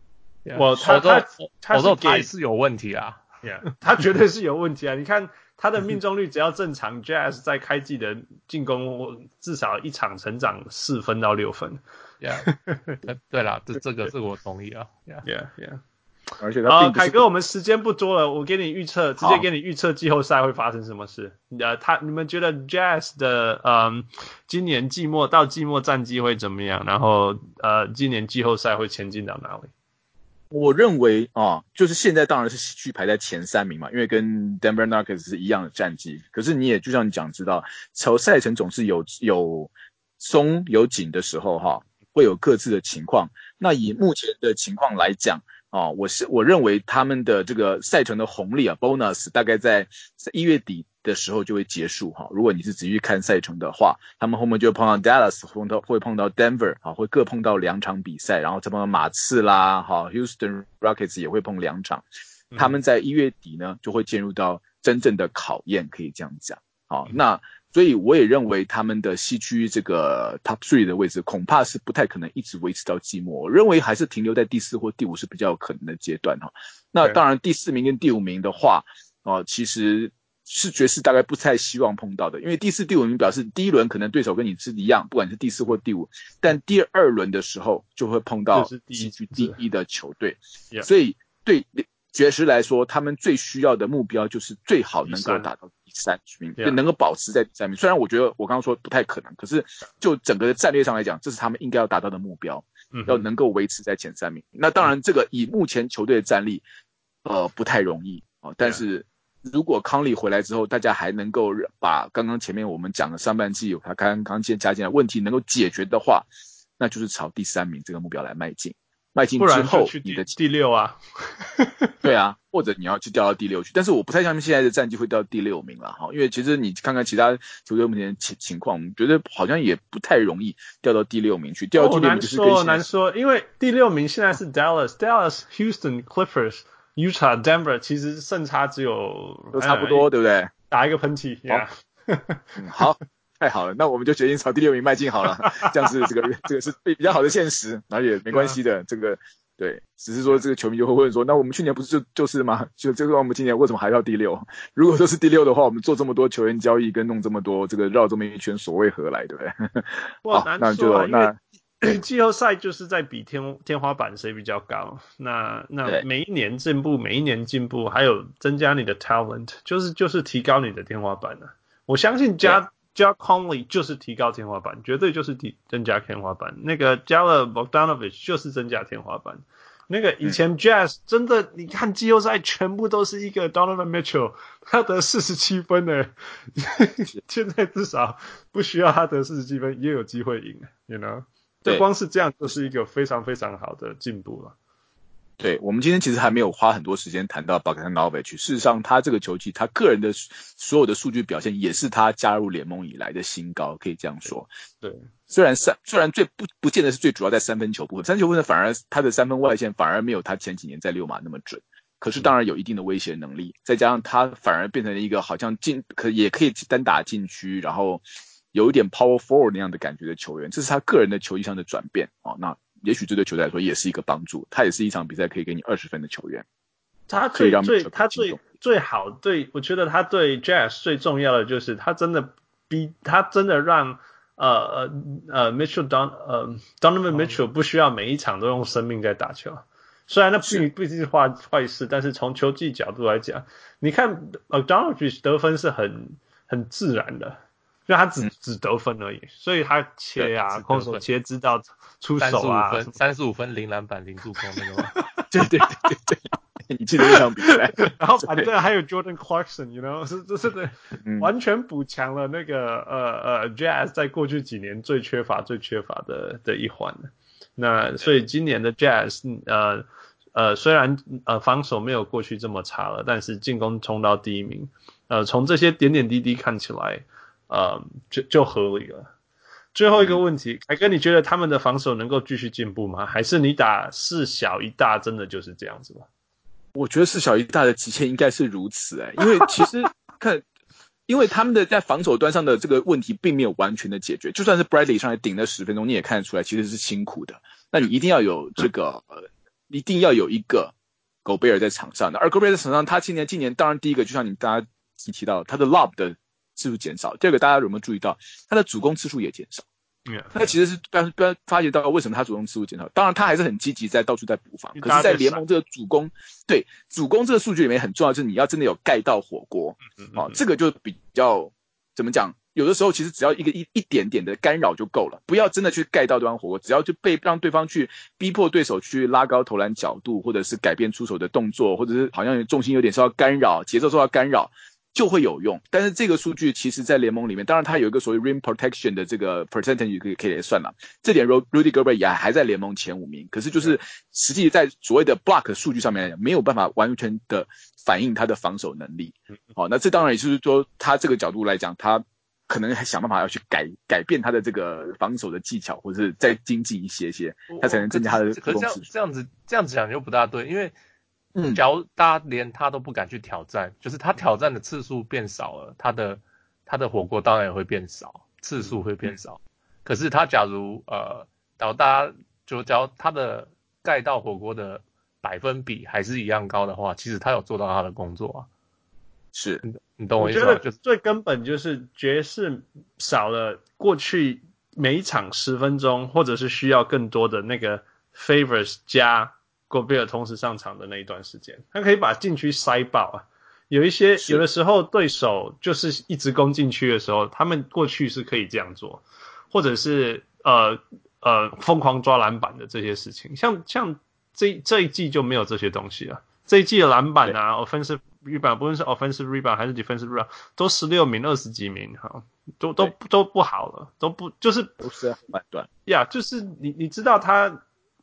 他也是有问题啊。 他绝对是有问题啊！你看他的命中率只要正常，Jazz 在开季的进攻至少一场成长4分到6分。 对啦，这个是我同意啊。 而且他凯哥，我们时间不多了，我给你预测，直接给你预测季后赛会发生什么事。你们觉得 Jazz 的今年季末战绩会怎么样？然后今年季后赛会前进到哪里？ 我认为就是现在当然是西区排在前3名嘛，因为跟 Denver Nuggets 是一样的战绩。可是你也就像你讲知道，赛程总是有松有紧的时候会有各自的情况。那以目前的情况来讲我认为他们的这个赛程的红利bonus 大概在1月底的时候就会结束如果你是仔细看赛程的话，他们后面就会碰到 Dallas， 会碰到 Denver 会各碰到2场比赛，然后再碰到马刺啦Houston Rockets 也会碰2场。他们在1月底呢就会进入到真正的考验，可以这样讲。那所以我也认为他们的西区这个 Top 3的位置恐怕是不太可能一直维持到季末，我认为还是停留在第4或第5是比较有可能的阶段那当然第4名跟第5名的话其实是爵士大概不太希望碰到的，因为第4、第5名表示第一轮可能对手跟你是一样，不管是第4或第5，但第2轮的时候就会碰到西区第1的球队，所以对爵士来说，他们最需要的目标就是最好能够打到第3名，能够保持在第3名。虽然我觉得我刚刚说不太可能，可是就整个的战略上来讲，这是他们应该要达到的目标，要能够维持在前3名。那当然，这个以目前球队的战力，不太容易但是如果康利回来之后，大家还能够把刚刚前面我们讲的上半季有他刚刚先加进来问题能够解决的话，那就是朝第3名这个目标来迈进。迈进之后， 你的第6啊， 对啊， 或者你要去掉到第6去。但是我不太相信现在的战绩会掉到第6名了哈，因为其实你看看其他球队目前的情况，我们觉得好像也不太容易掉到第6名去。掉到第6名就是难说，因为第6名现在是 Dallas、Houston、Clippers、Utah、Denver， 其实胜差只有都差不多，对不对？ 打一个喷嚏 ，yeah 好。太好了，那我们就决定朝第6名迈进好了，这样是这个是比较好的现实，然后也没关系的，这个对，只是说这个球迷就会问说，那我们去年不是就是吗？就这个我们今年为什么还要第6？如果说是第6的话，我们做这么多球员交易跟弄这么多这个绕这么一圈，所谓何来，对不对？ 好，那就季后赛就是在比天花板谁比较高，那每一年进步，还有增加你的 talent， 就是提高你的天花板啊。我相信加 Conley 就是提高天花板，绝对就是增加天花板。那个加了 Bogdanovic 就是增加天花板。那个以前 Jazz 真的，你看季后赛全部都是一个 Donovan Mitchell， 他得47分呢，现在至少不需要他得47分也有机会赢 ，you know。这光是这样就是一个非常非常好的进步了。 对，我们今天其实还没有花很多时间谈到 Bogdanovic， 事实上他这个球季他个人的所有的数据表现也是他加入联盟以来的新高，可以这样说。 对， 虽然最不见得是最主要在三分球部分，三分球部分反而他的三分外线反而没有他前几年在6码那么准，可是当然有一定的威胁能力，再加上他反而变成了一个好像也可以单打禁区，然后有一点 power forward 那样的感觉的球员，这是他个人的球艺上的转变哦。那也许这对球队来说也是一个帮助，他也是一场比赛可以给你20分的球员。 他最好，对，我觉得他对 Jazz 最重要的就是他真的让Donovan Mitchell 不需要每一场都用生命在打球。虽然那不一定是坏事，但是从球技角度来讲，你看 Bogdanovic 得分是很自然的。因为他只得分而已，所以他切啊，空手切知道出手啊 ，35分0篮板0助攻那个吗？ 对，你记得那场比赛。 然后反正还有 Jordan Clarkson，you know， 是的，完全补强了那个Jazz 在过去几年最缺乏的一环。那所以今年的 Jazz 虽然防守没有过去这么差了，但是进攻冲到第1名。从这些点点滴滴看起来。就合理了。最后一个问题，凯哥，你觉得他们的防守能够继续进步吗？还是你打4小1大真的就是这样子吗？ 我觉得4小1大的极限应该是如此因为其实因为他们的在防守端上的这个问题并没有完全的解决，就算是 Bradley 上来顶了10分钟，你也看得出来其实是辛苦的。那你一定要有这个一定要有一个 Gobert 在场上的，而 Gobert 在场上，他今年当然第一个就像大家提到他的 lob 的次数减少，第二个大家有没有注意到他的主攻次数也减少？那其实是不要发觉到为什么他主攻次数减少。当然他还是很积极在到处在补防，可是在联盟这个主攻这个数据里面很重要，就是你要真的有盖到火锅这个就比较怎么讲，有的时候其实只要一点点的干扰就够了，不要真的去盖到对方火锅，只要就让对方去逼迫对手去拉高投篮角度，或者是改变出手的动作，或者是好像重心有点受到干扰，节奏受到干扰，就会有用。但是这个数据其实在联盟里面，当然它有一个所谓 rim protection 的这个 percentage 可以来算了，这点 Rudy Gobert 也还在联盟前5名，可是就是实际在所谓的 block 数据上面来讲，没有办法完全的反映他的防守能力。那这当然也就是说他这个角度来讲，他可能还想办法要去改变他的这个防守的技巧，或者是再精进一些，他才能增加他的主攻次数。 这样子讲就不大对，因为假如大家连他都不敢去挑战，就是他挑战的次数变少了，他的火锅当然也会变少，次数会变少。可是他假如假如他的盖到火锅的百分比还是一样高的话，其实他有做到他的工作啊。 是， 你懂我意思吗？ 我觉得最根本就是爵士少了过去每一场10分钟，或者是需要更多的那个 Favors 加Gobert同时上场的那一段时间，他可以把禁区塞爆有的时候对手就是一直攻禁区的时候，他们过去是可以这样做，或者是疯狂抓篮板的这些事情。像这一季就没有这些东西了。这一季的篮板offensive rebound 不论是 offensive rebound 还是 defensive rebound 都16名20几名都不好了，都是不是很判断。 就是你知道他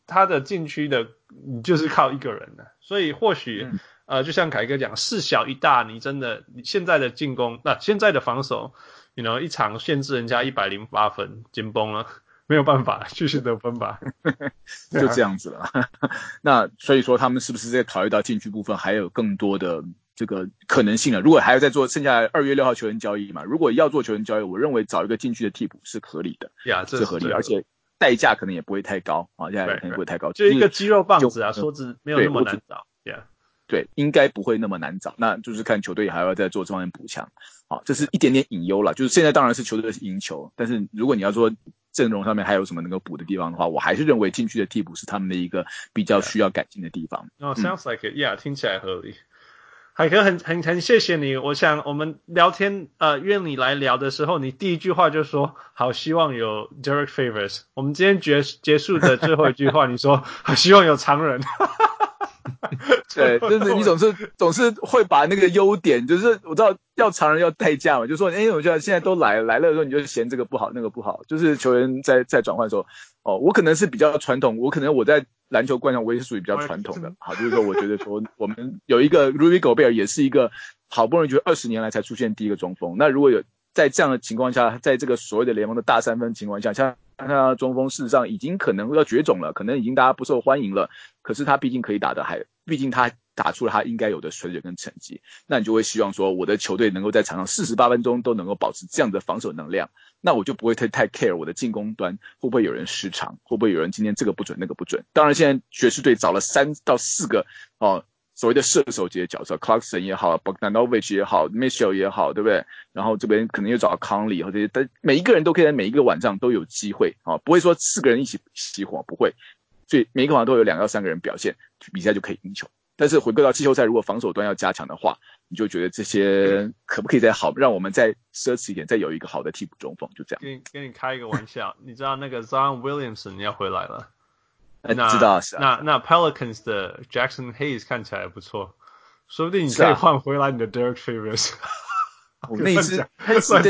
他的禁区的你就是靠一个人的，所以或许就像凯哥讲，事小一大，你现在的进攻，现在的防守一场限制人家108分，紧绷了，没有办法继续得分吧， 就这样子了。那所以说他们是不是在考虑到禁区部分还有更多的这个可能性了？如果还要再做剩下2月6号球员交易嘛，如果要做球员交易，我认为找一个禁区的替补是合理的，是合理的，而且代价可能也不会太高啊，代价可能不会太高， 就一个肌肉棒子啊，说是没有那么难找。 对，应该不会那么难找，那就是看球队还要再做这方面补强。好，这是一点点隐忧了，就是现在当然是球队赢球，但是如果你要说阵容上面还有什么能够补的地方的话，我还是认为禁区的替补是他们的一个比较需要改进的地方。 Sounds like it, 听起来合理。海哥很谢谢你，我想我们聊天约你来聊的时候，你第一句话就说好希望有 Derek Favors。我们今天结束的最后一句话，你说好希望有常人。 对，就是你总是会把那个优点，就是我知道要常人要代价嘛，就说我觉得现在都来了的时候，你就嫌这个不好那个不好，就是球员在转换的时候，我可能是比较传统，我在篮球观上我也是属于比较传统的，好，就是说我觉得说我们有一个 Rudy Gobert 也是一个好不容易觉得20年来才出现第一个中锋，那如果有在这样的情况下，在这个所谓的联盟的大三分情况下，像他中锋事实上已经可能要绝种了，可能已经大家不受欢迎了，可是他毕竟可以毕竟他打出了他应该有的水准跟成绩，那你就会希望说我的球队能够在场上48分钟都能够保持这样的防守能量，那我就不会太 care 我的进攻端会不会有人失常，会不会有人今天这个不准那个不准。当然现在爵士队找了3到4个所谓的射手级的角色 ，Clarkson 也好 ，Bogdanovic 也好 ，Mitchell 也好，对不对？然后这边可能又找 Conley 和这些，但每一个人都可以在每一个晚上都有机会不会说4个人一起熄火，不会。所以每一个晚上都有2到3个人表现，比赛就可以赢球。但是回归到季后赛，如果防守端要加强的话，你就觉得这些可不可以再好，让我们再奢侈一点，再有一个好的替补中锋，就这样。 跟你开一个玩笑，你知道那个 Zion Williamson 要回来了。 知道是那 Pelicans 的 Jackson Hayes 看起来不错，说不定你可以换回来你的 Derek Favors。 我那一次他是第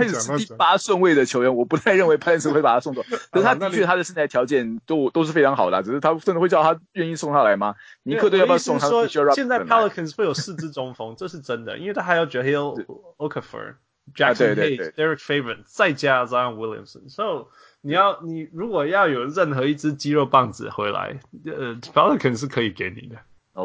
8顺位的球员，我不太认为 Pelicans 会把他送走。可是他的确他的身材条件都是非常好的，只是他真的会叫他愿意送他来吗？尼克队要不要送他？ 现在 Pelicans 会有4支中锋，这是真的，因为他还有 Jahlil Okafor、Jackson Hayes、Derek Favors， 再加 Zion Williamson。So 你如果要有任何一支肌肉棒子回来，Pelicans 是可以给你的。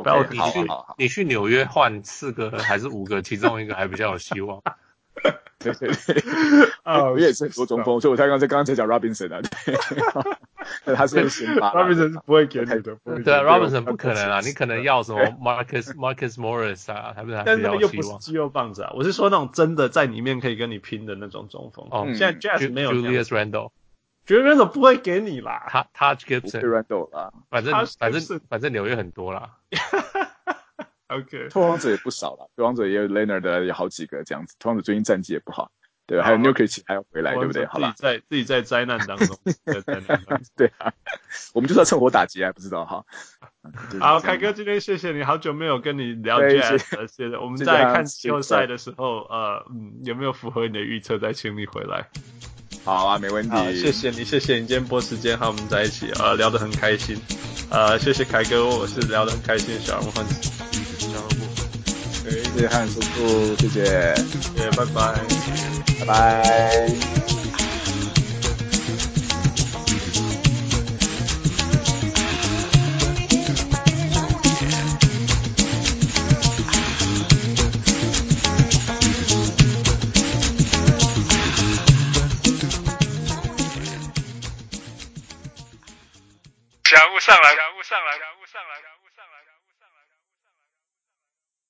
Okay, 你去纽约换4个还是5个，其中一个还比较有希望。 对，我也是很多中锋，所以我才刚才讲 Robinson 啊，对，他是先发 ，Robinson 是不会给你的， 对啊 ，Robinson 不可能啊，你可能要什么 Marcus Morris 啊，他们还比较有希望。 但是那个又不是肌肉棒子啊，我是说那种真的在里面可以跟你拼的那种中锋。现在 Jazz 没有 Julius Randle。Julius Randle 不会给你啦， 他 Gibson Randle 啦， 反正纽约很多啦。 OK， 拓荒者也不少啦，拓荒者也有 Leonard 的，有好几个这样子。拓荒者最近战绩也不好，对吧？还有 Nurkic 还要回来，对不对？好吧， 自己在灾难当中， 对啊，我们就是要趁火打劫，还不知道哈。 好，凯哥，今天谢谢你，好久没有跟你聊 Jazz， 谢谢。我们在看季后赛的时候，有没有符合你的预测，再请你回来。 好啊，没问题。 谢谢你今天拨时间和我们在一起，聊得很开心。谢谢凯哥，我是聊得很开心的小人物。 谢谢汉叔叔，谢谢， 拜拜， 拜拜。 小人物上来。